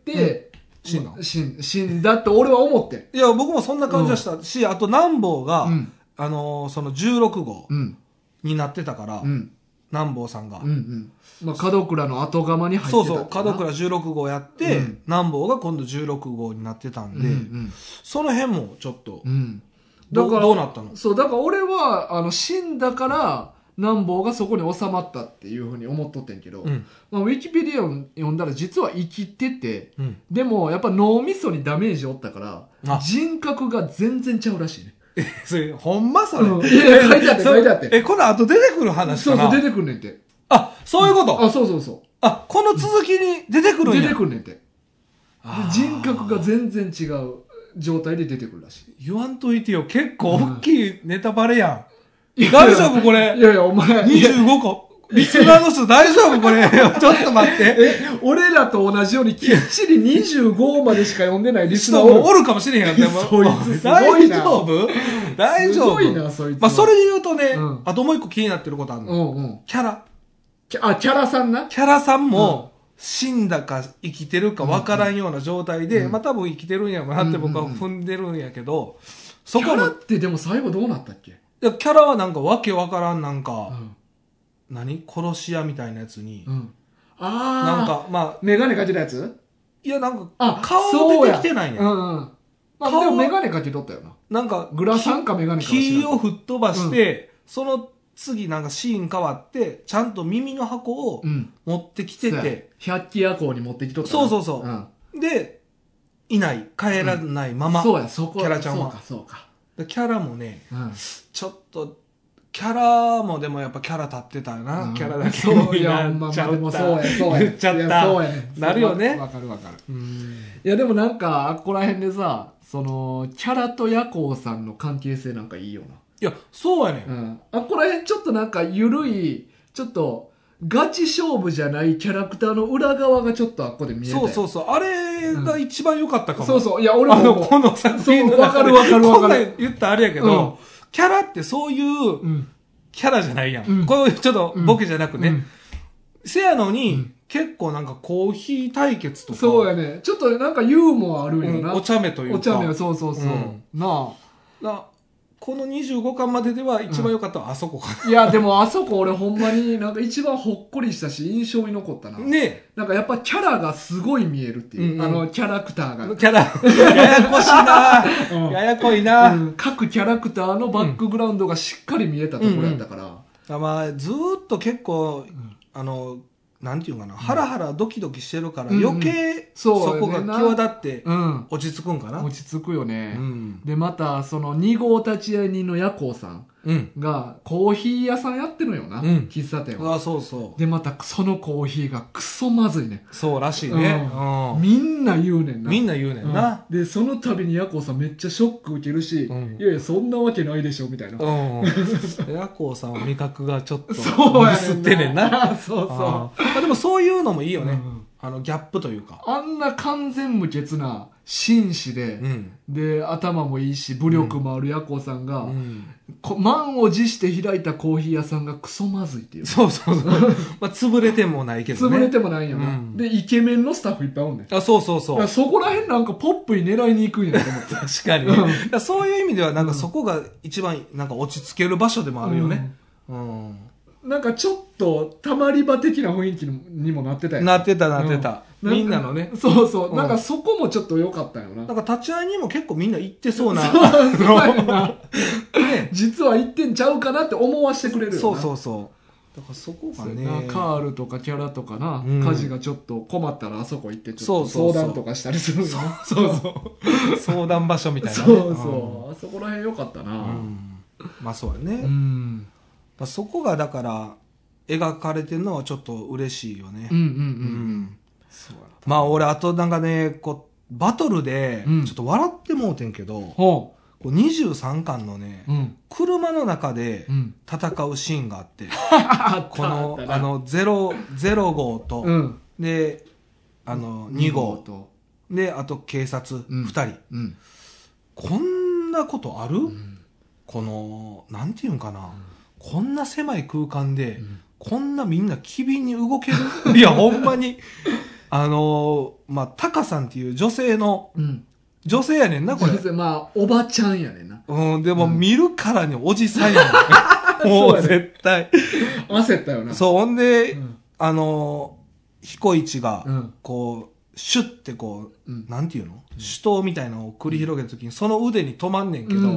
うん、死んだ。死ん、死んだって俺は思って。 いや、僕もそんな感じはしたし、うん、あと南坊が、うん、あのー、そのじゅうろくごうになってたから、うん、南坊さんが。うんうんまあ、門倉の後釜に入ってたそうそう、門倉じゅうろくごうやって、うん、南坊が今度じゅうろくごうになってたんで、うんうん、その辺もちょっと、うん、だからどうなったの？ そう、だから俺は、あの、死んだから、南坊がそこに収まったっていうふうに思っとってんけど、うんまあ、ウィキペディアを読んだら実は生きてて、うん、でもやっぱ脳みそにダメージ負ったから、人格が全然ちゃうらしいね。 え、それ、ほんまそれ、うん、 いやいや、書いてあって、書いてあって。 え、この後出てくる話かな？ そうそう、出てくるねんて。 あ、そういうこと、 うん、あ、そうそうそう。 あ、この続きに出てくるんや。 出てくるねんて。で人格が全然違う状態で出てくるらしい。 言わんといてよ。結構大きいネタバレやん。うん、大丈夫これ。 いやいや、お前。 にじゅうごこ。リスナーの人大丈夫これ。ちょっと待って。 え、俺らと同じようにきっちりにじゅうごまでしか読んでないリスナーもおるかもしれへんやん。でもそいつすごいな。 大丈夫大丈夫すごいな、そいつ。 まあ、それで言うとね、うん、あともう一個気になってることあるの。うんうん、キャラ。 あ、キャラさんな。 キャラさんも、死んだか生きてるか分からんような状態で、うん、まあ多分生きてるんやろなって僕は踏んでるんやけど、 そこキャラってでも最後どうなったっけ？いや、キャラはなんかわけ分からんなんか、うん、何殺し屋みたいなやつに、うん、 ああ、 なんか、まあ、 メガネかけたやつ？ いや、なんか、顔出てきてないね。うんうん。 まあ、でもメガネかけとったよな。 なんか、 グラサンかメガネか木を吹っ飛ばして、うん、その、次なんかシーン変わって、ちゃんと耳の箱を持ってきてて。うん、 百鬼夜行に持ってきとった。 そうそうそう。うん、で、いない、帰らないまま。 うん、そうや、そこキャラちゃんは。 そうか、そうか。 キャラもね、うん、ちょっと、キャラもでもやっぱキャラ立ってたよな。うん、キャラだけになっちゃった。そうや、まあ、でもそうや、そうや。 言っちゃった。 そうやね。 なるよね。 わかるわかる。うん、いや、でもなんか、あっこら辺でさ、その、キャラと夜行さんの関係性なんかいいよな。 いや、そうやねん。 うん。あっこら辺ちょっとなんか緩い、ちょっと、ガチ勝負じゃないキャラクターの裏側がちょっとあっこで見えた。 そうそうそう。あれが一番良かったかも。 うん、そうそう。いや、俺も。 あの、この作品の中で。 わかるわかるわかる。 こんなん言ったらあれやけど、うん、キャラってそういう、キャラじゃないやん。うん、これちょっとボケじゃなくね。うん、せやのに、うん、結構なんかコーヒー対決とか。 そうやね。ちょっとなんかユーモアあるんよな。 うん、お茶目というか。 お茶目、そうそうそう。うん、なあ。 なこのにじゅうごかんまででは一番良かったのはあそこかな、 うん、いやでもあそこ俺ほんまになんか一番ほっこりしたし印象に残ったな。 ね、 なんかやっぱキャラがすごい見えるっていう、うんうん、あのキャラクターがキャラややこしいな、うん、ややこいな、うん、 各キャラクターのバックグラウンドがしっかり見えたところやったから、うんうん、まあずーっと結構、うん、あのなんていうかな、ハラハラドキドキしてるから、余計そこが際立って落ち着くんかな。 落ち着くよね。うん、で、また、そのに号立ち会い人の夜行さんがコーヒー屋さんやってるのよな、うん、喫茶店は。 あ、そうそう。 で、またそのコーヒーがクソまずいね。 そうらしいね。 うん、みんな言うねんな。 みんな言うねんな。 うん、で、その度に夜行さんめっちゃショック受けるし、うん、いやいや、そんなわけないでしょ、みたいな。うん、 夜行さんは味覚がちょっとミスってねんな。 そうそう。 ああでもそういうのもいいよね、うん、あのギャップというかあんな完全無欠な紳士で、うん、で頭もいいし武力もある夜行さんが、うん、満を持して開いたコーヒー屋さんがクソまずいっていう。 そうそうそう、まあ、潰れてもないけどね。 潰れてもないよな、うん、でイケメンのスタッフいっぱいおんねん。 あ、そうそうそう。 そこら辺なんかポップに狙いに行くんやと思って確かに、ね、だそういう意味ではなんかそこが一番なんか落ち着ける場所でもあるよね、うんうんなんかちょっとたまり場的な雰囲気にもなってたよ。 なってたなってた、うん、みんなのね。 そうそう、うん、なんかそこもちょっと良かったよな。 なんか立ち会いにも結構みんな行ってそうなそうそうやな、ね、実は行ってんちゃうかなって思わせてくれるよな。 そうそうそう、だからそこがね、 カールとかキャラとかな、うん、家事がちょっと困ったらあそこ行ってちょっと相談とかしたりするよな。 そうそう相談場所みたいな、ね、 そうそう、うん、あそこら辺良かったな、うん、 まあそうやね、うん、そこがだから描かれてるのはちょっと嬉しいよね。うんうんうん、うん、そうやまあ俺あとなんかねこバトルでちょっと笑ってもうてんけど、うん、こうにじゅうさんかんのね、うん、車の中で戦うシーンがあって、うん、このあのゼロ号と、うん、であのに号とであと警察ふたり、うんうん、こんなことある、うん、このなんていうんかな、うん、こんな狭い空間で、うん、こんなみんな機敏に動けるいやほんまにあのー、まあタカさんっていう女性の、うん、女性やねんなこれ。 まあおばちゃんやねんな。 うんでも見るからにおじさんやねん。もう絶対。 焦ったよな。 そうほんで、うん、あのー、彦一がこう、シュッてこう、うん、なんていうの？手刀みたいなのを繰り広げた時にその腕に止まんねんけど。うんうんうん、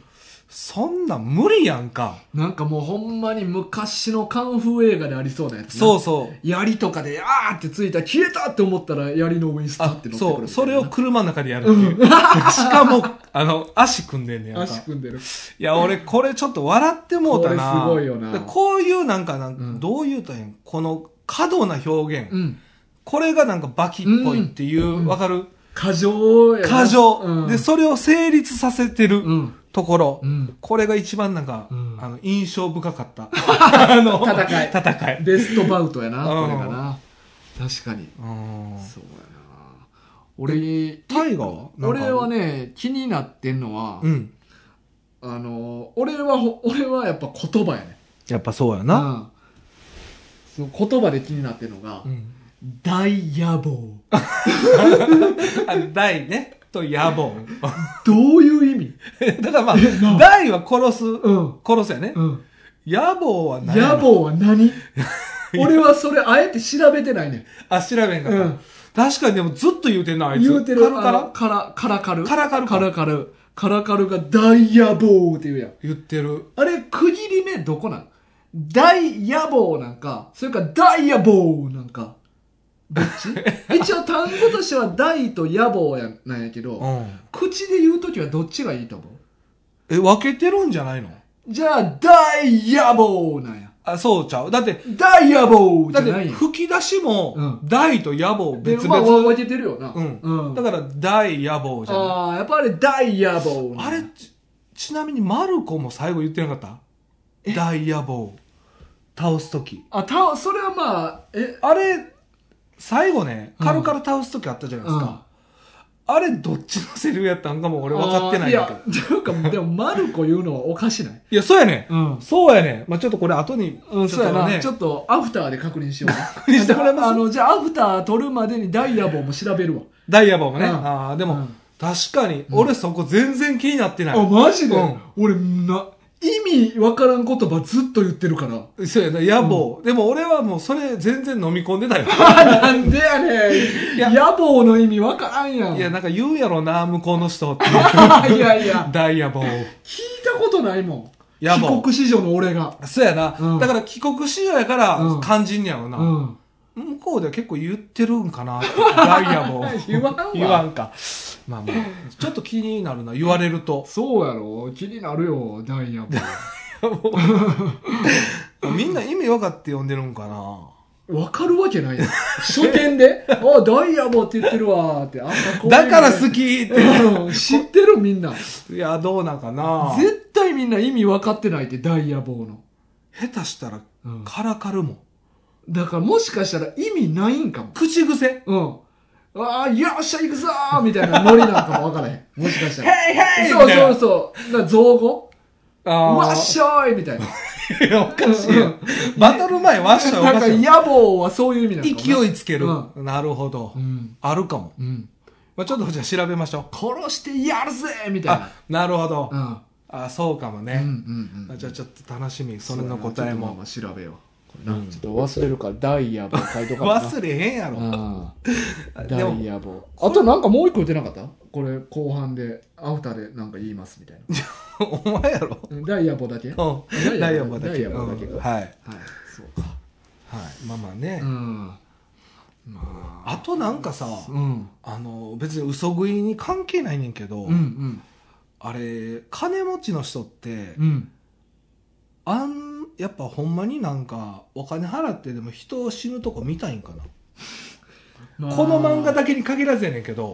そんなん無理やんか。 なんかもうほんまに昔のカンフー映画でありそうなやつ。 そうそう。 槍とかで、あーってついたら消えたって思ったら槍の上にスタって乗ってくる。 そう。それを車の中でやるっていう。うん、しかも、あの、足組んでんねやんか。 足組んでる。 いや、俺これちょっと笑ってもうたな。 これすごいよな。 こういうなんかなんか、うん、どう言うたんやん。この過度な表現。うん、これがなんかバキっぽいっていう、わ、うん、かる？ 過剰やな。 過剰、うん。で、それを成立させてる。うんところ、うん、これが一番なんか、うん、あの印象深かったあの戦い戦いベストバウトやな、これがな。確かに、うん、そうやな。俺タイガー俺はね気になってんのは、うん、あの俺は俺はやっぱ言葉やね。 やっぱそうやな、 うん、その言葉で気になってんのが、うん、大野望大ねと野望どういう意味だからまあ大は殺す、うん、殺すやね、うん、野望は何？ 野望は何俺はそれあえて調べてないねん。 あ調べんかった、うん、確かにでもずっと言うてんなあいつ。 言うてる。 カラカラカラカラカルカラカルカラカルカラカルが大野望って言うやん。 言ってる。 あれ区切り目どこなん？大野望なんかそれから大野望なんかどっち一応単語としては大と野望やなんやけど、うん、口で言うときはどっちがいいと思う？ え分けてるんじゃないの？ じゃあ大野望なんや。 あそうちゃう。だって大野望じゃないやん。 だって吹き出しも、うん、大と野望別々、 まあ、分けてるよな、 うんうん、だから大野望じゃない。 ああやっぱり大野望。 あれ ち, ちなみにマルコも最後言ってなかった？大野望倒すとき。 あたそれはまあえあれ最後ね、カルカル倒すときあったじゃないですか。うん、あれ、どっちのセリフやったんかも俺分かってないんだけど。 いや、というか、でも、マルコ言うのはおかしない？ いや、そうやね、うん。そうやね。まあちょっとこれ後に、 うん、そうやな。ちょっと、アフターで確認しよう。確認してもらいます？あの、じゃあ、アフター取るまでにダイヤボーも調べるわ。 ダイヤボーもね。うん、ああ、でも、うん、確かに、俺そこ全然気になってない。 あ、マジで？うん、俺、な、意味わからん言葉ずっと言ってるから。 そうやな、野望、うん。でも俺はもうそれ全然飲み込んでたよ。 なんでやねん。いや野望の意味わからんやん。 いや、なんか言うんやろな、向こうの人って。 いやいや。 大野望。聞いたことないもん。帰国子女の俺が。 そうやな。うん、だから帰国子女やから感じんやろな。うんうん向こうでは結構言ってるんかなダイヤも言わんわ言わんかまあまあちょっと気になるな言われると。 そうやろ気になるよダイヤもみんな意味分かって呼んでるんかな。 分かるわけないやん初見であダイヤモって言ってるわってあこだから好きって知ってるみんな。 いやどうなんかな。 絶対みんな意味分かってないってダイヤボーの。 下手したら、うん、カラカルもだからもしかしたら意味ないんかも。 口癖うん。ああ、よっしゃ行くぞーみたいなノリなんかもわからへん。もしかしたら。 ヘイヘイそうそうそう。だから造語わっしょーいみたいな。 いや、おかしいよ。バトル前わっしょいおかしい。 なんか野望はそういう意味なのかな。勢いつける。うん、なるほど、うん。あるかも。うん。まあちょっとじゃあ調べましょう。 殺してやるぜみたいな。 あ、なるほど。うん。あ、そうかもね。うんうんうん。じゃあちょっと楽しみ。それの答えも。 調べよう。うん、ちょっと忘れるからダイヤボー書いとかな。 忘れへんやろ。 ダイヤボー。あとなんかもう一個言ってなかった？これ後半でアフターでなんか言いますみたいな。 お前やろ。 ダイヤボーだけ？うん。 ダイヤボーだけ。 ダイヤボーだけか。 はい。はい。 そうか。 はい。まあまあね。うん。まああとなんかさ、うん、あの別に嘘食いに関係ないねんけど、うんうん、あれ金持ちの人って、うん、あんやっぱほんまになんかお金払ってでも人を死ぬとこ見たいんかな、まあ、この漫画だけに限らずやねんけど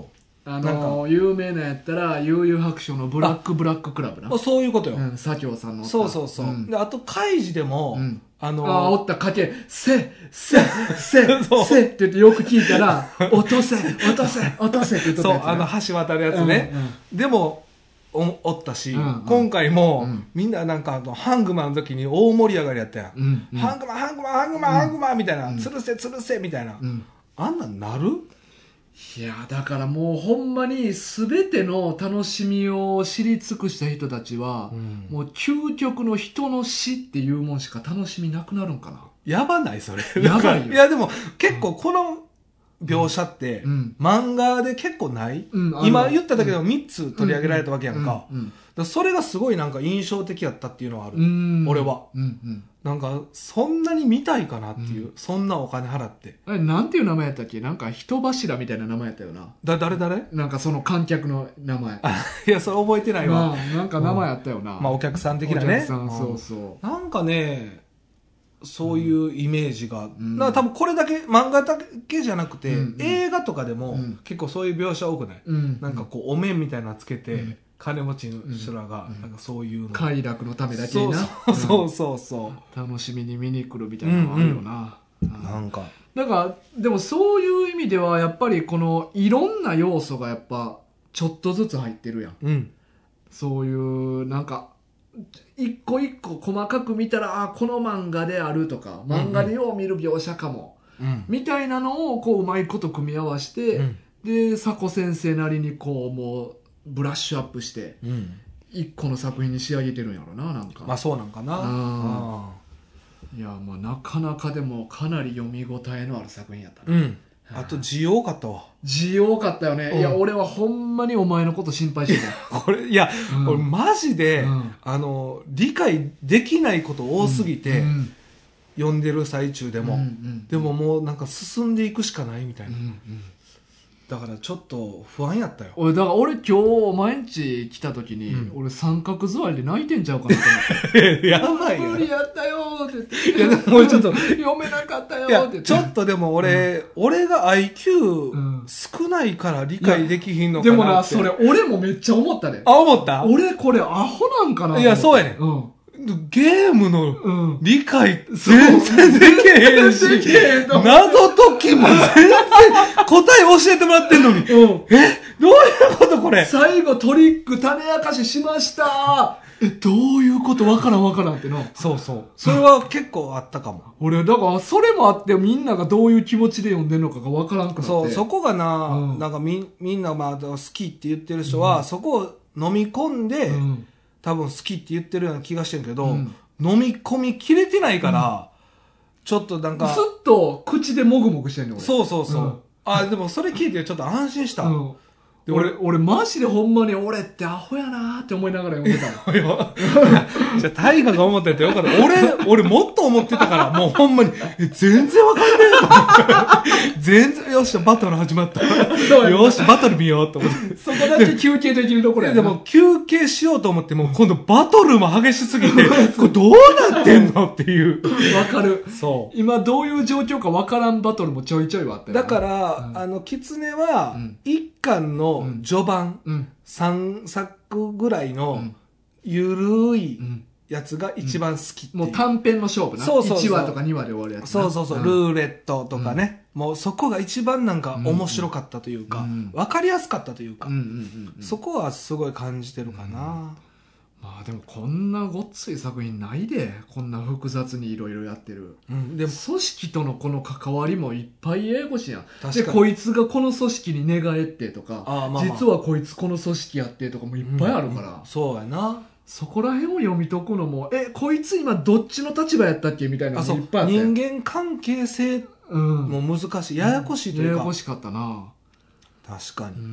あのー、有名なやったら悠々白書のブラックブラッククラブな。 そういうことよ、 うん、左京さんの。 そうそうそう、うん、であと開示でも、うん、あのー、 あおったかけせせせせって言ってよく聞いたら落とせ落とせ落とせって言っとったやつ、ね、 そうあの橋渡るやつね、うんうん、でも お, おったし、うんうん、今回も、うん、みんななんかあのハングマンの時に大盛り上がりやったやん、うんうん、ハングマンハングマンハングマン、うん、ハングマンみたいな、うん、つるせつるせみたいな、うん、あんなんなる？ いやだからもうほんまに全ての楽しみを知り尽くした人たちは、うん、もう究極の人の死っていうもんしか楽しみなくなるんかな。 やばないそれ。 やばいよ。 いやでも結構この描写って、うん、漫画で結構ない、うん、今言っただけでもみっつ取り上げられたわけやんか。それがすごいなんか印象的やったっていうのはある。俺は、うんうん。なんかそんなに見たいかなっていう、うん、そんなお金払って。 あれなんていう名前やったっけ？なんか人柱みたいな名前やったよな。 だ誰誰？ なんかその観客の名前。 いやそれ覚えてないわ。 まあ、なんか名前やったよな。 うん、まあお客さん的なね。 お客さんそうそう。 なんかね。そういうイメージが、うん、だから多分これだけ漫画だけじゃなくて、うんうん、映画とかでも、うん、結構そういう描写多くない、うん、なんかこうお面みたいなのつけて、うん、金持ちの人らが、なんかそういうの快楽のためだけになそうそうそうそう、 うん、楽しみに見に来るみたいなのがあるよな、 うんうん、なんかなんかでもそういう意味ではやっぱりこのいろんな要素がやっぱちょっとずつ入ってるやん、うん、そういうなんか一個一個細かく見たらあこの漫画であるとか漫画でよう見る描写かも、うんうん、みたいなのをこううまいこと組み合わせて、うん、で佐古先生なりにこうもうブラッシュアップして一個の作品に仕上げてるんやろな。なんかまあそうなんかな、あいやまあなかなかでもかなり読み応えのある作品やったね、うん、 あと字多かったわ。 字多かったよね、うん、いや俺はほんまにお前のこと心配してたこれいや、うん、俺マジで、うん、あの理解できないこと多すぎて、うん、読んでる最中でも、うんうん、でももうなんか進んでいくしかないみたいな、うんうん、だからちょっと不安やったよ。 俺だから俺今日毎日来た時に、うん、俺三角座りで泣いてんちゃうかなと思ってやばいよ無理やったよって言っていやでもちょっと読めなかったよって言ってちょっとでも俺、うん、俺が アイキュー 少ないから理解できひんのかなって。 でもなそれ俺もめっちゃ思ったね。 あ思った。 俺これアホなんかな。 いやそうやねん、うんゲームの理解全然できへんし、うん、謎解きも全然答え教えてもらってんのに、うん、えどういうことこれ。 最後トリック種明かししましたえどういうことわからんわからんっての。 そうそうそれは結構あったかも俺だからそれもあってみんながどういう気持ちで読んでるのかがわからんくなって。 そうそこがな、うん、なんか み, みんなまあ好きって言ってる人は、うん、そこを飲み込んで、うん多分好きって言ってるような気がしてるけど、うん、飲み込みきれてないから、うん、ちょっとなんかずっと口でもぐもぐしてんねん俺。 そうそうそう、うん、あでもそれ聞いてちょっと安心した、うんで俺、俺マジでほんまに俺ってアホやなーって思いながら読んでたもん。 じゃあ大河が思っててよかった。俺、俺もっと思ってたから、もうほんまに、え全然わかんねえと思って。全然、よし、バトル始まった。よし、バトル見ようと思って。 そこだけ休憩できるところやな。 でも休憩しようと思っても、今度バトルも激しすぎて、これどうなってんのっていう。 わかる。そう。今どういう状況かわからんバトルもちょいちょいはあったよ、ね。 だから、うん、あの、狐は、一巻の序盤、うん、さんさくぐらいのゆるいやつが一番好きっていう、 もう短編の勝負な。そうそうそう。いちわとかにわで終わるやつな。そうそうそう、うん、ルーレットとかね、うん、もうそこが一番なんか面白かったというか、うん、分かりやすかったというか、うんうんうんうん、そこはすごい感じてるかな、うん、 まあでもこんなごっつい作品ないで、こんな複雑にいろいろやってる、うん、でも組織とのこの関わりもいっぱいややこしいやん。でこいつがこの組織に寝返ってとか、あ、まあまあ、実はこいつこの組織やってとかもいっぱいあるから、うんうん、 そうやな。 そこら辺を読み解くのも、えこいつ今どっちの立場やったっけみたいなのもいっぱいあって、 人間関係性も難しい、うん、ややこしいというか、 ややこしかったな。 確かに。 うん、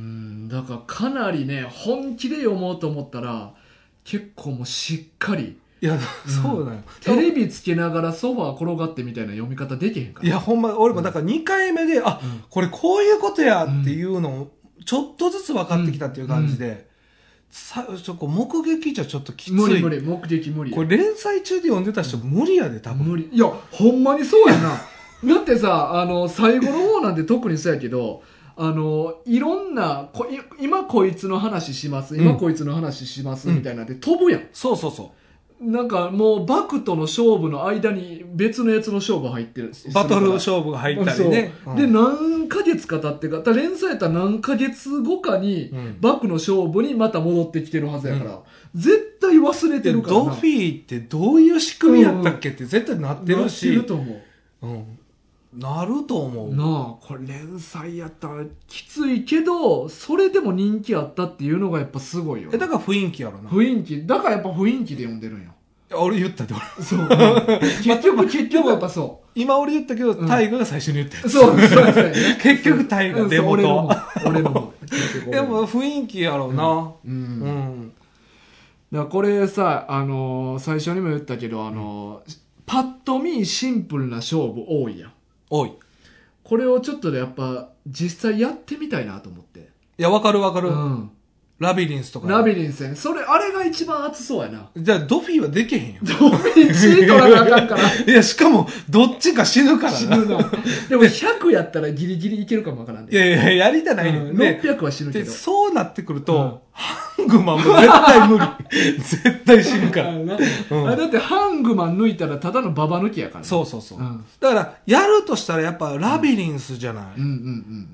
だからかなりね本気で読もうと思ったら結構もうしっかり、 いや、そうだよ、うん、 テレビつけながらソファー転がってみたいな読み方できへんから。 いやほんま俺もだからにかいめで、うん、あ、うん、これこういうことやっていうのをちょっとずつ分かってきたっていう感じで、うんうん、さちょっと目撃じゃちょっときつい。 無理無理、目撃無理。 これ連載中で読んでた人無理やで多分。 無理。いやほんまにそうやなだってさ、あの最後の方なんて特にそうやけど、 あの、いろんな、こ今こいつの話します、今こいつの話します、みたいなんで飛ぶやん。 そうそうそう。 なんかもうバクとの勝負の間に別のやつの勝負入ってる。 バトル勝負が入ったりね。 うん、で、何ヶ月か経ってか、連載やったら何ヶ月後かに、バクの勝負にまた戻ってきてるはずやから、うん、絶対忘れてるからな。 ドフィーってどういう仕組みやったっけって絶対なってるし。 なってると思う。 うん。なると思う。 なあ、これ連載やったらきついけど、それでも人気あったっていうのがやっぱすごいよ。 え、だから雰囲気やろな。 雰囲気。だからやっぱ雰囲気で読んでるんよ。 俺言ったで俺。 そう。うん、結局、結局やっぱそう。 今俺言ったけど、タイガが最初に言ったやつ。 そう、そうそう。 結局タイガ、デモと。 俺のも。 でも雰囲気やろうな。 うん。うん。だからこれさ、あのー、最初にも言ったけど、あのー、パッと見シンプルな勝負多いやん。 多い。 これをちょっとでやっぱ実際やってみたいなと思って。 いや、わかるわかる。うん。ラビリンスとか。 ラビリンスやね。それ、あれが一番熱そうやな。 じゃあ、ドフィーはできへんよ。 ドフィー血取らなあかんから。 いや、しかも、どっちか死ぬからな。 死ぬな。でもひゃくやったらギリギリいけるかもわからんで。 いやいや、やりたないね、うん。 ろっぴゃくは死ぬけど。 そうなってくると、うん、ハングマンも絶対無理。絶対死ぬから。うん、 だってハングマン抜いたらただのババ抜きやから、ね。 そうそうそう。うん、だから、やるとしたらやっぱラビリンスじゃない。 うんうんうんうん、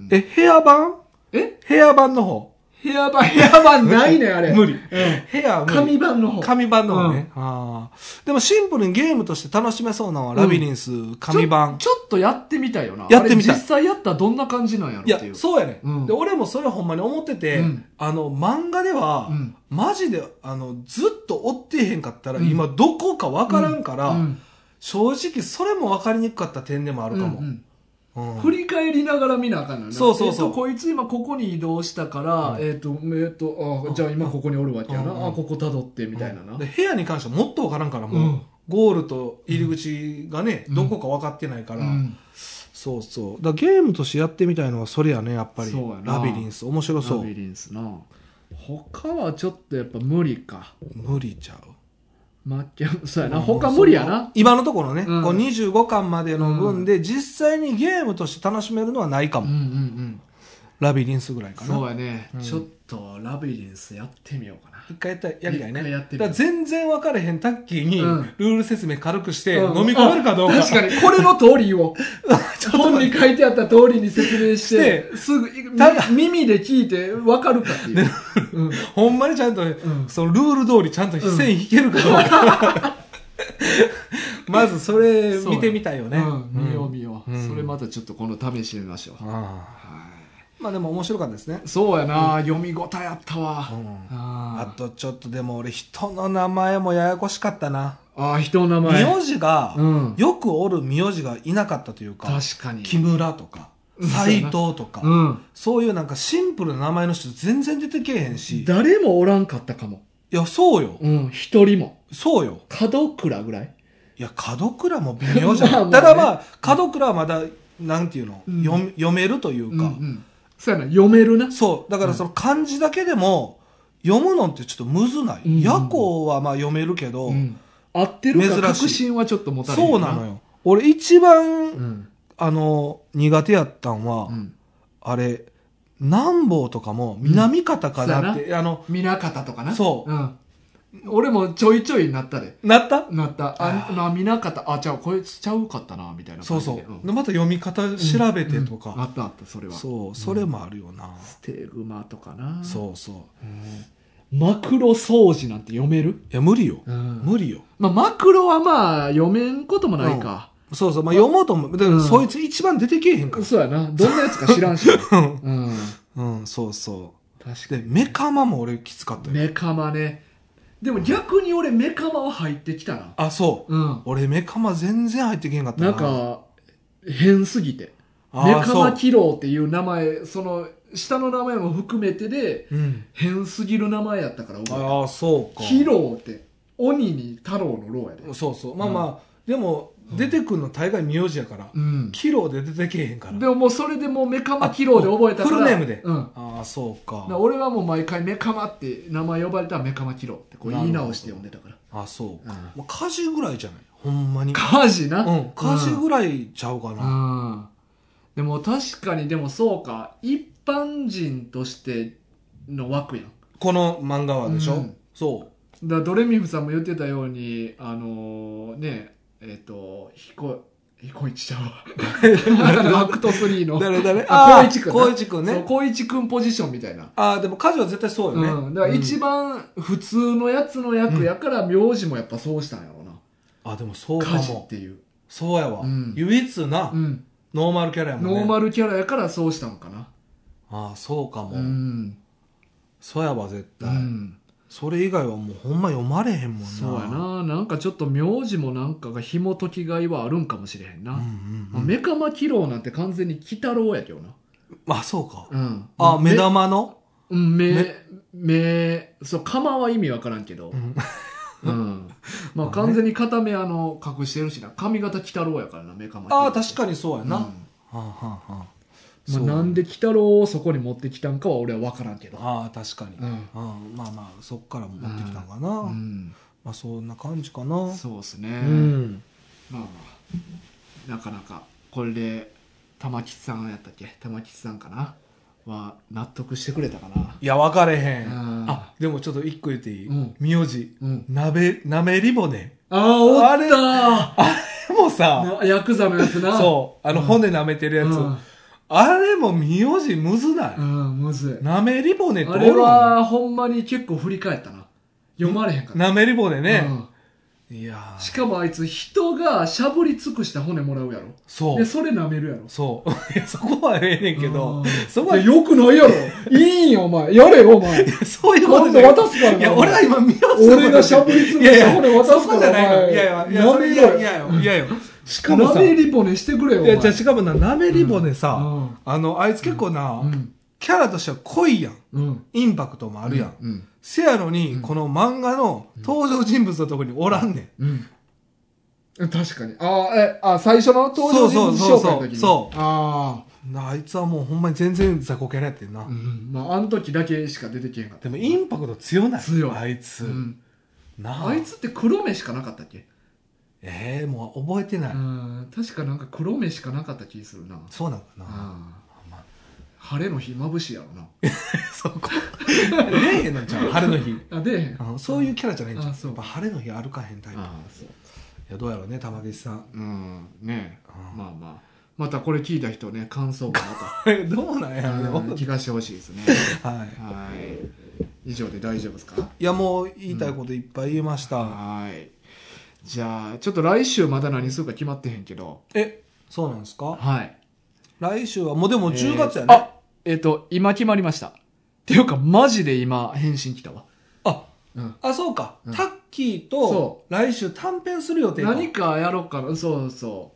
え、ヘア版えヘア版の方。 ヘア版、ヘア版ないね、あれ。 無理。うん、 ヘア紙版の方。 紙版の方ね。うん、あでもシンプルにゲームとして楽しめそうなのは、ラビリンス、うん、紙版ちょ。ちょっとやってみたいよな。 やってみたい。 実際やったらどんな感じなんやろっていう。 いや、そうやね、うん。で、俺もそれほんまに思ってて、うん、あの、漫画では、うん、マジで、あの、ずっと追ってへんかったら、うん、今どこかわからんから、うんうん、正直それもわかりにくかった点でもあるかも。うんうんうん、振り返りながら見なあかんのよな。 そうそうそう。 えっと、こいつ今ここに移動したから、うん、えっと、えっと、あ、じゃあ今ここにおるわけやな。うん、あ、ここ辿ってみたいなな、うん。 で、部屋に関してはもっとわからんから、もう、うん、ゴールと入り口がね、うん、どこか分かってないから、うん、そうそう。だゲームとしてやってみたいのはそれやね、やっぱり。そうやな。ラビリンス、面白そう。 ラビリンスな。他はちょっとやっぱ無理か。 無理ちゃう。 マッキャそうやな、他無理やな。 今のところね、うん、こうにじゅうごかんまでの分で、実際にゲームとして楽しめるのはないかも。うんうんうん、ラビリンスぐらいかな。 そうやね、うん、ちょっとラビリンスやってみようかな。 一回やったやりたいね。 一回やってみだから全然分かれへんタッキーに、ルール説明軽くして、飲み込めるかどうか。 うん、確かに、これの通りを、本に書いてあった通りに説明して、すぐ、耳で聞いて分かるかっていう。 うん、ほんまにちゃんと、ね、うん、そのルール通りちゃんと線引けるかどうか。うん、まずそれ見てみたいよね。 うん、見よう見よう、うん。それまたちょっとこの試してみましょう。 あまあでも面白かったですね。 そうやな、うん、読み応えあったわ、うん、 あ, あとちょっとでも俺人の名前もややこしかったな。 ああ、人の名前。 名字が、うん、よくおる名字がいなかったというか。 確かに。 木村とか、斎藤とか、うん、そういうなんかシンプルな名前の人全然出てけえへんし。 誰もおらんかったかも。 いや、そうよ。 うん、一人も。 そうよ。 門倉ぐらい。 いや、門倉も微妙じゃん。まあまあね、ただまあ、門倉はまだ、なんていうの、うん、読, 読めるというか。うんうんそうやな、読めるな。 そう。だからその漢字だけでも、読むのってちょっとむずない。うんうん、夜行はまあ読めるけど、うん、 合ってるか確信はちょっと持たれる。 そうなのよ。俺一番、うん、あの、苦手やったんは、うん、あれ、南坊とかも南方かなって、うん、あの、 南方とかな。 そう。 うん俺もちょいちょいなったで。 なったなった。あ、な、みなかた、あ、じゃあこいつちゃうかったな、みたいな感じで。そうそう。うん、また読み方調べてとか、 うんうん。あったあった、それは。 そう、それもあるよな。うん、 ステグマとかな。 そうそう。 うん、マクロ掃除なんて読める？ いや、無理よ。うん、無理よ。 まあ、マクロはまあ、読めんこともないか。 うん、そうそう。まあ、読もうと思う。だから、そいつ一番出てけえへんから。 そうやな。どんなやつか知らんし。うん。 うん、そうそう。 確かに。 で、メカマも俺きつかったよ。 メカマね。でも逆に俺メカマは入ってきたな。 あ、そう。うん。俺メカマ全然入ってけへんかったな。 なんか、変すぎて。メカマキローっていう名前、その、下の名前も含めてで、うん、変すぎる名前やったから覚えた。 ああ、そうか。 キローって、鬼に太郎のローやで。 そうそう。まあまあ、うん、でも、出てくるの大概名字やから、うん、キローで出てけへんから。 でももうそれでもうメカマキローで覚えたから。 フルネームで。 うん。 ああ、そうか。 俺はもう毎回メカマって名前呼ばれたらメカマキローってこう言い直して呼んでたから。 ああ、そうか。うん、もう家事ぐらいじゃないほんまに。 家事な。 うん。家事ぐらいちゃうかな。 うん。 でも確かに、でもそうか、一般人としての枠やん。 この漫画はでしょ、うん、そう。 だドレミフさんも言ってたように、あのー、ね、えっ、ー、と、彦、彦一ちゃうわ。アクトスリーの。 誰誰あ、光一くん。 光一くんね。 そう、光一くんポジションみたいな。 ああ、でも家事は絶対そうよね。 うん。だから一番普通のやつの役やから、名字もやっぱそうしたんやろうな。 あ、でもそうかも。 家事っていう。 そうやわ。うん、唯一な、うん、ノーマルキャラやもんね。 ノーマルキャラやからそうしたんかな。 ああ、そうかも。 うん。 そうやわ、絶対。うん。それ以外はもうほんま読まれへんもんな。 そうやな。なんかちょっと名字もなんかが紐解きがいはあるんかもしれへんな。うんうんうん、メカマキロウなんて完全に鬼太郎やけどな。 あ、そうか。 うん。 あ、目玉のうん、目、目、そう、釜は意味わからんけど。うんうん、まあ完全に片目あの隠してるしな。髪型鬼太郎やからな、メカマキロウ。 ああ、確かにそうやな。うん、はあはあはあ。 まあ、なんで鬼太郎をそこに持ってきたんかは俺は分からんけど。 ああ、確かに、うん、まあまあそっから持ってきたんかな、うん、まあそんな感じかな。 そうですね、うん、まあまあなかなかこれで玉吉さんやったっけ、玉吉さんかなは納得してくれたかな。 いや分かれへん。あ、でもちょっと一個言っていい、うん、名字、うん、なべなめりぼね。 ああ、おったー。あれあれもさヤクザのやつな。 そうあの骨舐めてるやつ、うん、あれも名字むずない？ うん、むずい。 なめりぼねっておるん？あれはほんまに結構振り返ったな。読まれへんかった。 なめりぼねね。 うん、いやしかもあいつ人がしゃぶり尽くした骨もらうやろ。そう。で、それ舐めるやろ。 そう。いや、そこはええねんけど。そこは。 よくないやろ。いいんよ、お前。やれよ、お前。 そういうことじゃ渡すからな。 いや、俺は今見ようと俺がしゃぶり尽くした骨渡すから。 いやいや、そこじゃないの。いやいや、いや、それいやいやよ。いやよ。しかもさ。 なめり骨してくれよ。 いや、じゃしかもな、なめり骨さ、うん、あの、あいつ結構な、うん、キャラとしては濃いやん。うん、インパクトもあるやん。うんうん、せやのに、うん、この漫画の登場人物のところにおらんねん。うんうん、確かに。ああ、え、あ、最初の登場人物紹介の時に。 そうそうそう。ああ。あいつはもうほんまに全然雑魚キャラやってんな。 うん。まあ、あの時だけしか出てけへんかった。 でもインパクト強ない？ 強い。 あいつ。うん、 なあ。あいつって黒目しかなかったっけ？ ええー、もう覚えてない。 うん。確かなんか黒目しかなかった気するな。 そうなのかな。 晴れの日眩しいやろな。 そこ。出えへんのちゃう晴れの日。 あ、出えへん。 そういうキャラじゃないんちゃう。やっぱ晴れの日歩かへんタイプ。ああ、そう。いや、どうやろうね、玉木さん。 うん、ねえ。まあまあ。またこれ聞いた人ね、感想がまた。どうなんやろう。 聞かせてほしいですね。 はい。 はい。以上で大丈夫ですか？ いや、もう言いたいこといっぱい言いました。 はい。じゃあ、ちょっと来週まだ何するか決まってへんけど。 え、そうなんですか？ はい。 来週はもうでもじゅうがつやね。 あ、えっと、今決まりました。っていうか、マジで今、返信来たわ。 あ、うん、あ、そうか。うん、タッキーと、来週短編する予定か。 何かやろうかな。そうそう。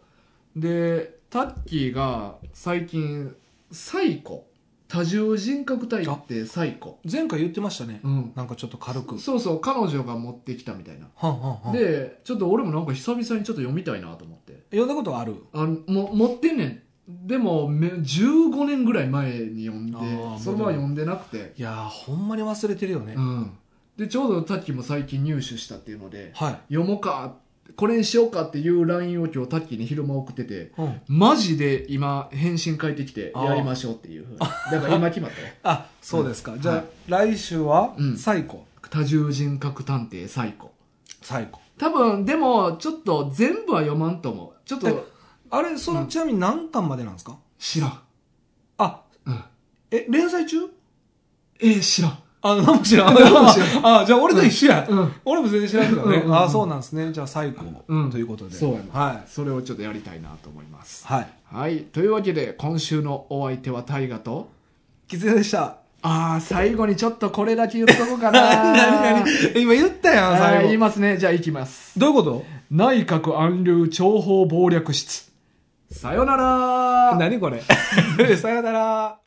で、タッキーが、最近、サイコ。多重人格体ってサイコ。 前回言ってましたね。うん。なんかちょっと軽く。 そうそう、彼女が持ってきたみたいな。はんはんはん。で、ちょっと俺もなんか久々にちょっと読みたいなと思って。 読んだことはある？ あの、も、持ってんねん。でもじゅうごねんぐらい前に読んでそのまま読んでなくて、 いやーほんまに忘れてるよね、 うん、でちょうどタッキーも最近入手したっていうので、はい、読もうかこれにしようかっていう ライン を今日タッキーに昼間送ってて、うん、マジで今返信書いてきてやりましょうっていうだから今決まったよ。 あ、そうですか、うん、じゃあ、はい、来週は、うん、サイコ多重人格探偵サイコサイコ多分でもちょっと全部は読まんと思う。ちょっとあれ、その、うん、ちなみに何巻までなんですか？ 知らん。 あ、うん。え、連載中？ えー、知らん。 あ、何も知らん。あ、じゃあ俺と一緒や。うん。俺も全然知らんけどね。うん、あ、そうなんですね。じゃあ最高、うん、ということで。 そうやな。はい。それをちょっとやりたいなと思います。はい。はい。というわけで、今週のお相手は大河と、 キツネでした。 ああ、最後にちょっとこれだけ言っとこうかな。 何何今言ったやん、最後。 言いますね。じゃあ行きます。 どういうこと？ 内閣暗流諜報謀略室。さよなら。 何これ。さよなら。